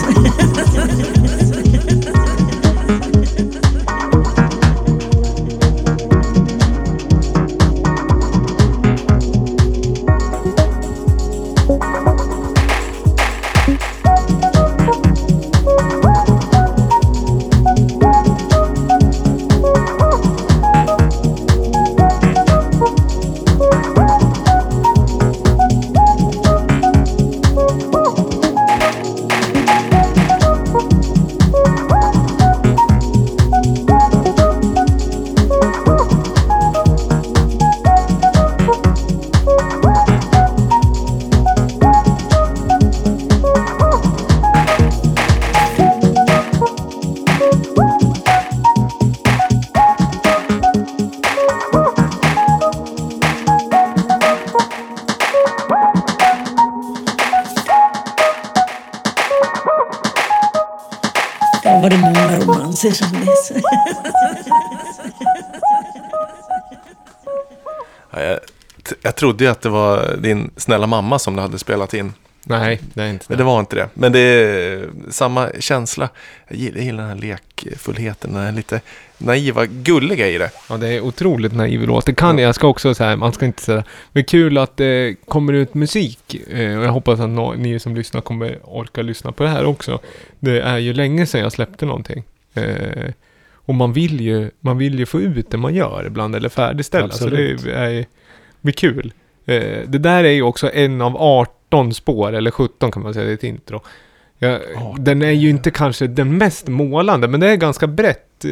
Det var det många romanser sedan dess. Ja, jag trodde ju att det var din snälla mamma som du hade spelat in. Nej, det är inte Men det var inte det. Men det är samma känsla. Jag gillar den här lekfullheten, den här lite naiva, gulliga i det. Ja, det är otroligt naiv låt. Det kan jag ska också säga, man ska inte säga. Men kul att det kommer ut musik. Och jag hoppas att ni som lyssnar kommer orka lyssna på det här också. Det är ju länge sedan jag släppte någonting. Och man vill ju få ut det man gör ibland eller färdigställa. Absolut. Så det blir kul. Det där är ju också en av 18 spår, eller 17 kan man säga, det är ett intro. Den är ju inte kanske den mest målande, men det är ganska brett.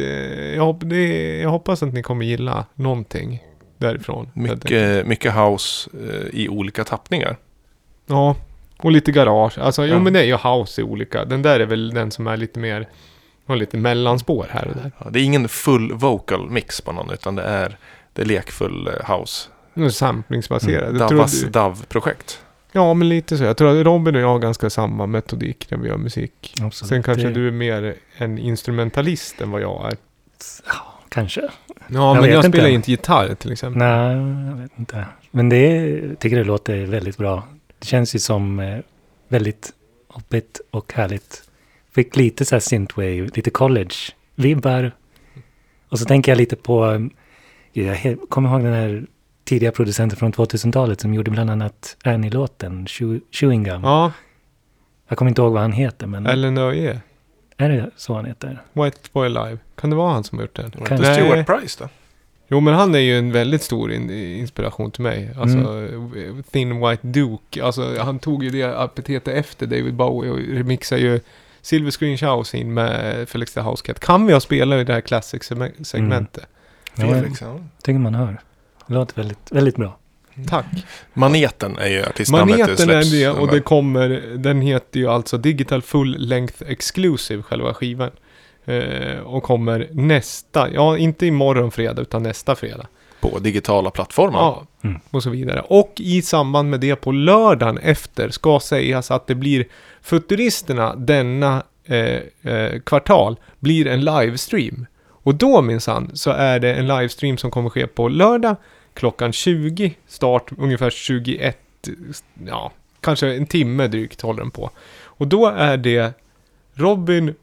Jag hoppas att ni kommer gilla någonting därifrån. Mycket house i olika tappningar. Ja, och lite garage. Alltså, Ja. men det är ju house i olika. Den där är väl den som är lite mer, har lite mellanspår här och där. Ja, det är ingen full vocal mix på någon, utan det är lekfull house. Samplingsbaserad. Davas Dav-projekt. Ja, men lite så. Jag tror att Robin och jag har ganska samma metodik när vi gör musik. Absolut. Sen kanske du är mer en instrumentalist än vad jag är. Ja, kanske. Ja, men vet jag inte. spelar inte gitarr till exempel. Nej, jag vet inte. Men tycker det låter väldigt bra. Det känns ju som väldigt hoppigt och härligt. Fick lite så här synthwave, lite college-vibbar. Och så tänker jag lite på, jag kommer ihåg den här tidiga producenten från 2000-talet som gjorde bland annat Annie-låten, Chewing Gum. Ja, Jag kommer inte ihåg vad han heter, men eller Nöje. är det så han heter? White Boy Live. Kan det vara han som har gjort den? Var Kan- inte Nej. Stuart Price då? Jo, men han är ju en väldigt stor inspiration till mig. Alltså, Thin White Duke. Alltså, han tog ju det epitetet efter David Bowie och remixade ju Silver Screen Shousing med Felix the Housecat. Kan vi ha spelat i det här Classic-segmentet? Felix, ja. Tycker man hör. Det låter väldigt, väldigt bra. Tack. Maneten är ju artistnamnet. Maneten är det, och den heter ju alltså Digital Full Length Exclusive, själva skivan. Och kommer inte imorgon fredag utan nästa fredag. på digitala plattformar. Ja, och så vidare. Och i samband med det på lördagen efter ska sägas att det blir Futuristerna denna kvartal blir en livestream. Och då minsann så är det en livestream som kommer ske på lördag klockan 20, start ungefär 21, ja, kanske en timme drygt håller den på. Och då är det Robin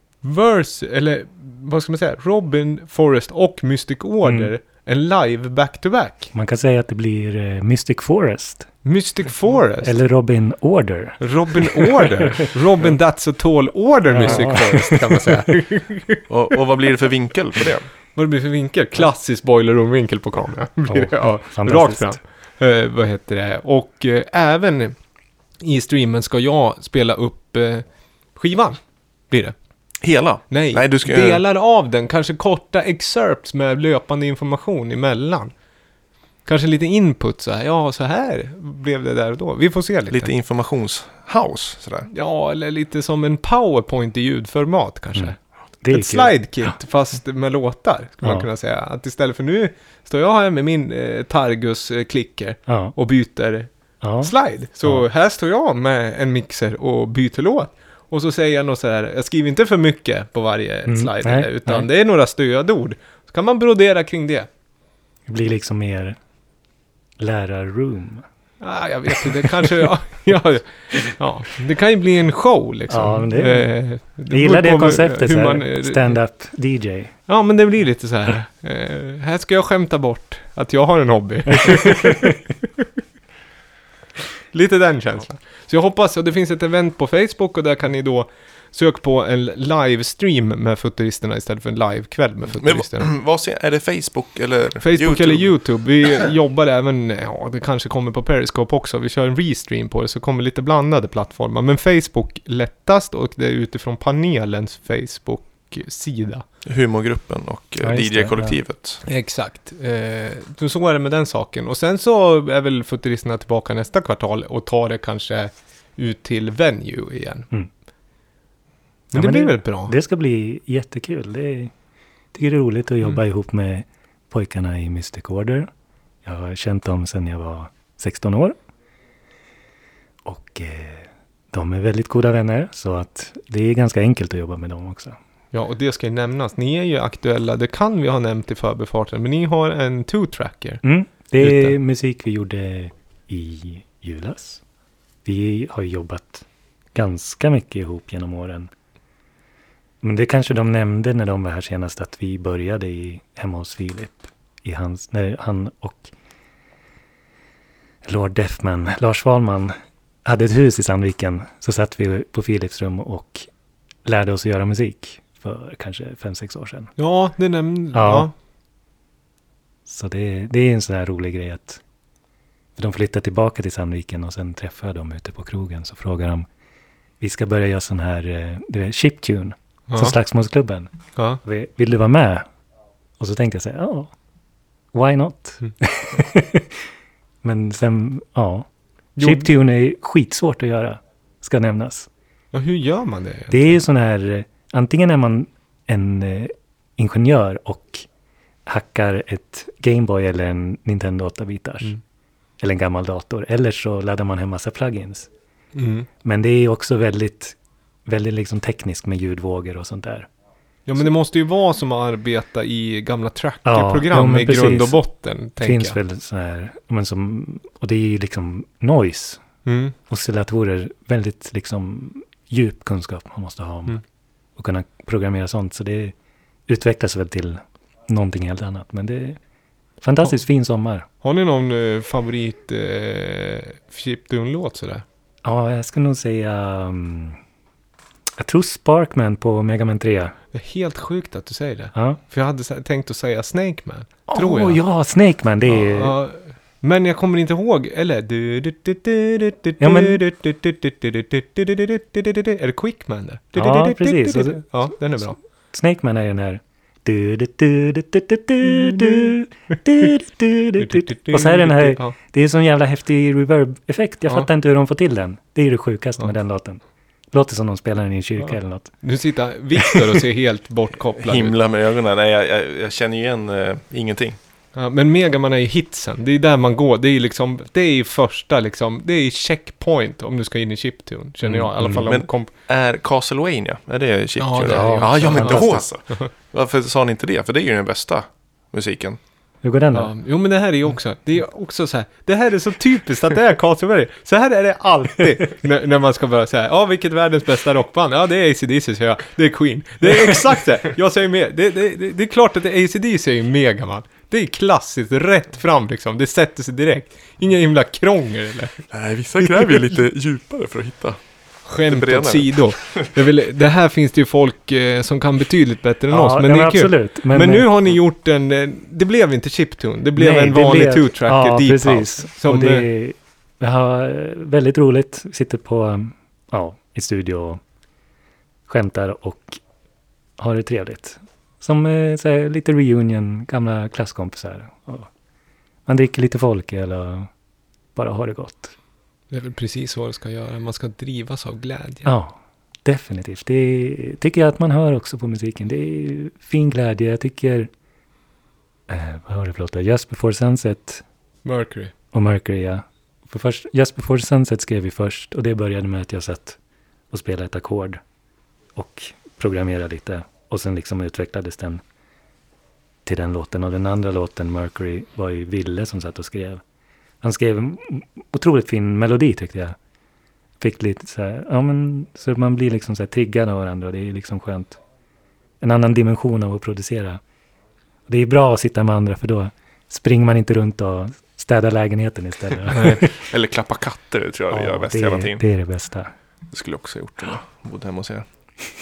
Forrest och Mystic Order, en live back-to-back. Man kan säga att det blir Mystic Forest. Mystic Forest. Eller Robin Order. Robin Order. Robin That's a Tall Order Mystic Forest kan man säga. Och vad blir det för vinkel på det? Vad det blir för vinkel? Klassisk boiler room-vinkel på kameran. Blir det, rakt fantastiskt. fram. Vad heter det? Och även i streamen ska jag spela upp skivan. Blir det? Hela? Nej, du ska... delar av den. Kanske korta excerpts med löpande information emellan. Kanske lite input så här. Ja, så här blev det där och då. Vi får se lite. Lite informationshouse sådär. Ja, eller lite som en PowerPoint i ljudformat kanske. Det är Ett kul. slide-kit fast med låtar skulle man Ja. kunna säga. Att istället för nu står jag här med min Targus-klicker Ja. och byter Ja. slide. Så här står jag med en mixer och byter låt. Och så säger jag något så här, jag skriver inte för mycket på varje slide, nej, utan nej. det är några stödord. Så kan man brodera kring det. Det blir liksom mer lärarroom. Jag vet inte, det kanske... ja, det kan ju bli en show liksom. Ja, men jag gillar det konceptet, stand-up DJ. Ja, men det blir lite så här. Här ska jag skämta bort att jag har en hobby. Lite den känslan. Så jag hoppas, och det finns ett event på Facebook och där kan ni då söka på en livestream med futuristerna istället för en livekväll med futuristerna. Men är det Facebook eller Facebook YouTube? eller YouTube. Vi jobbar även, det kanske kommer på Periscope också. Vi kör en restream på det så kommer lite blandade plattformar. Men Facebook lättast och det är utifrån panelens Facebook-sida. Humorgruppen och DJ-kollektivet. Ja. Exakt. Så är det med den saken. Och sen så är väl futuristerna tillbaka nästa kvartal och tar det kanske ut till venue igen. Men det blir väl bra. Det ska bli jättekul. Tycker det är roligt att jobba ihop med pojkarna i Mystic Order. Jag har känt dem sedan jag var 16 år. Och de är väldigt goda vänner. Så att det är ganska enkelt att jobba med dem också. Ja, och det ska ju nämnas. Ni är ju aktuella, det kan vi ha nämnt i förbifarten. Men ni har en 2-tracker. Det är musik vi gjorde i julas. Vi har jobbat ganska mycket ihop genom åren. Men det kanske de nämnde när de var här senast att vi började hemma hos Filip. När han och Lord Deathman, Lars Wahlman, hade ett hus i Sandviken. Så satt vi på Filips rum och lärde oss att göra musik för kanske 5-6 år sedan. Ja, det nämnde. Ja. Så det är en sån här rolig grej att de flyttade tillbaka till Sandviken och sen träffade jag dem ute på krogen. Så frågar de, vi ska börja göra sån här chiptune. Som Slagsmålsklubben. Ja. Vill du vara med? Och så tänkte jag säga, why not? Men sen, chiptune är skitsvårt att göra, ska nämnas. Ja, hur gör man det? Det är ju sån här, antingen är man en ingenjör och hackar ett Gameboy eller en Nintendo 8-bitars. Eller en gammal dator. Eller så laddar man hem massa plugins. Men det är också väldigt liksom teknisk med ljudvågor och sånt där. Ja, men det måste ju vara som att arbeta i gamla trackerprogram i grund och botten. Det finns väl så här, och det är ju liksom noise. Oscillatorer, väldigt liksom djup kunskap man måste ha om och kunna programmera sånt. Så det utvecklas väl till någonting helt annat. Men det är fantastiskt fin sommar. Har ni någon favorit chiptune-låt sådär? Ja, jag ska nog säga... jag tror Sparkman på Mega Man 3. Det är helt sjukt att du säger det. Ja. För jag hade tänkt att säga Snake Man. Tror jag. Ja, Snake Man. Det är... Ja, men jag kommer inte ihåg. Eller... Är det Quickman där? Ja, precis. Ja, den är bra. Snake Man är den här... Och så är den här... Det är en sån jävla häftig reverb-effekt. Jag fattar inte hur de får till den. Det är det sjukaste med den låten. Låter som de spelar den i en kyrka eller något. Nu sitter Victor och ser helt bortkopplad. Himla med ögonen. Nej, jag känner igen ingenting. Ja, men Mega Man är ju hitsen. Det är där man går. Det är liksom, det är första liksom, det är checkpoint om du ska in i chiptune, känner jag. I alla fall men är Castlevania, är det chiptune? Ja, men då så. Varför sa ni inte det? För det är ju den bästa musiken. Hur går den då? Ja, jo, men det här är ju också, det är också så här, det här är så typiskt att det är Castlevania. Så här är det alltid när man ska börja säga, vilket är världens bästa rockband? Ja, det är AC/DC, säger jag. Det är Queen. Det är exakt så här. Jag säger med. Det är klart att det är AC/DC är ju Mega Man. Det är klassiskt, rätt fram liksom. Det sätter sig direkt. Inga himla krångel eller? Nej, vissa gräver ju lite djupare för att hitta. Skämt åt sido. Det här finns det ju folk som kan betydligt bättre än oss. Men det är absolut. Kul. Men nu har ni gjort det blev inte chiptune. Det blev en vanlig 2-tracker deep precis. House. Som vi har väldigt roligt. Sitter på i studio och skämtar och har det trevligt. Som så här, lite reunion, gamla klasskompisar. Man dricker lite folk eller bara har det gott. Det är väl precis vad det ska göra. Man ska drivas av glädje. Ja, definitivt. Det tycker jag att man hör också på musiken. Det är fin glädje. Jag tycker... vad har det för låt? Just Before Sunset. Mercury. Och Mercury, ja. Just Before Sunset skrev vi först. Och det började med att jag satt och spelade ett ackord. Och programmerade lite. Och sen liksom utvecklades den till den låten. Och den andra låten, Mercury, var ju Ville som satt och skrev. Han skrev en otroligt fin melodi tyckte jag. Fick lite så här, ja men så man blir liksom så här triggad av varandra och det är liksom skönt. En annan dimension av att producera. Det är bra att sitta med andra för då springer man inte runt och städar lägenheten istället. Eller klappa katter, det tror jag vi gör bäst hela tiden. Det är det bästa. Det skulle jag också ha gjort om jag bodde hemma hos er.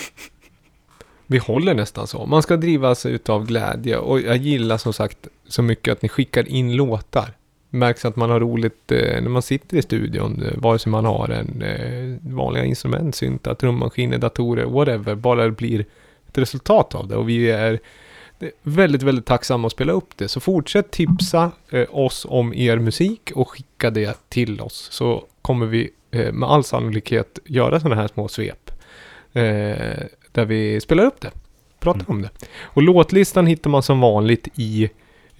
Vi håller nästan så. Man ska drivas utav glädje. Och jag gillar som sagt så mycket att ni skickar in låtar. Märks att man har roligt när man sitter i studion. Vare sig man har en vanliga instrument, syntar, trummaskiner, datorer, whatever. Bara det blir ett resultat av det. Och vi är väldigt, väldigt tacksamma att spela upp det. Så fortsätt tipsa oss om er musik och skicka det till oss. Så kommer vi med all sannolikhet göra sådana här små svep. Där vi spelar upp det. Pratar om det. Och låtlistan hittar man som vanligt i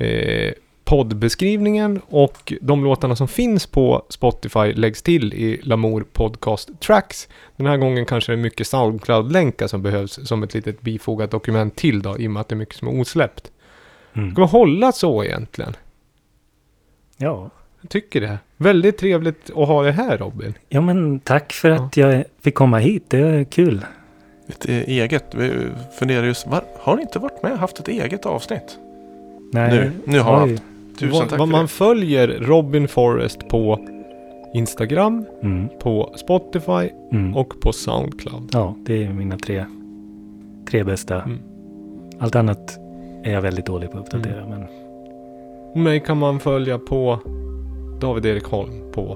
poddbeskrivningen. Och de låtarna som finns på Spotify läggs till i Lamour Podcast Tracks. Den här gången kanske det är mycket SoundCloud-länkar som behövs som ett litet bifogat dokument till då. I och med att det är mycket som är osläppt. Ska man hålla så egentligen? Ja. Jag tycker det. Väldigt trevligt att ha det här, Robin. Ja men tack för att jag fick komma hit. Det är kul. Ett eget. Vi funderar just, har ni inte varit med och haft ett eget avsnitt? Nej. Nu har han. Tusen tack för man följer Robin Forrest på Instagram, på Spotify och på SoundCloud. Ja, det är mina tre bästa. Allt annat är jag väldigt dålig på att uppdatera. Men... Mig kan man följa på David Erik Holm på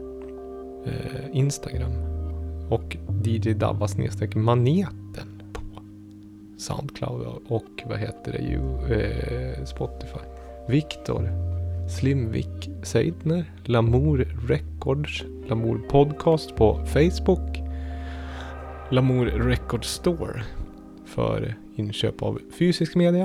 Instagram. Och DJ Dabba/maneten på SoundCloud och vad heter det ju Spotify. Viktor Slimvik Seidner, Lamour Records, Lamour Podcast på Facebook, Lamour Record Store för inköp av fysisk media.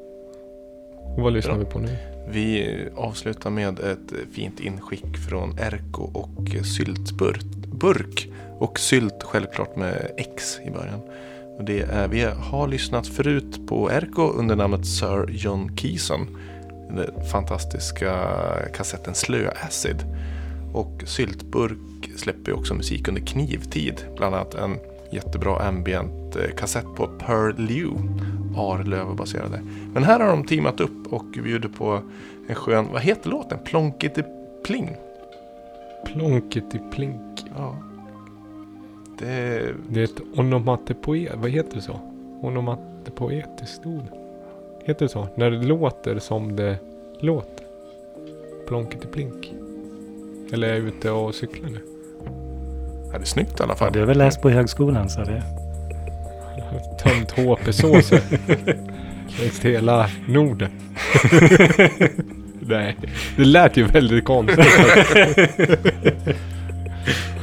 Och vad lyssnar vi på nu? Vi avslutar med ett fint inskick från Erko och Syltburk och sylt självklart med X i början. Och det är, vi har lyssnat förut på Erko under namnet Sir John Keeson. Den fantastiska kassetten Slö Acid. Och Syltburk släpper också musik under Knivtid. Bland annat en jättebra ambient kassett på Pearl Lew. Arlöv-baserade. Men här har de teamat upp och bjuder på en skön, vad heter låten? Plonkity Pling. Plonkity Plink. Ja. Det är ett onomatopoet. Vad heter det så? Onomatopoetiskt ord. Heter det så? När det låter som det låter. Plonkity Plink. Eller är jag ute och cyklar nu? Ja, det är snyggt i alla fall. Du har väl läst på högskolan så det. Tömt HP-såser. Längs hela Norden. Nej, det lät ju väldigt konstigt.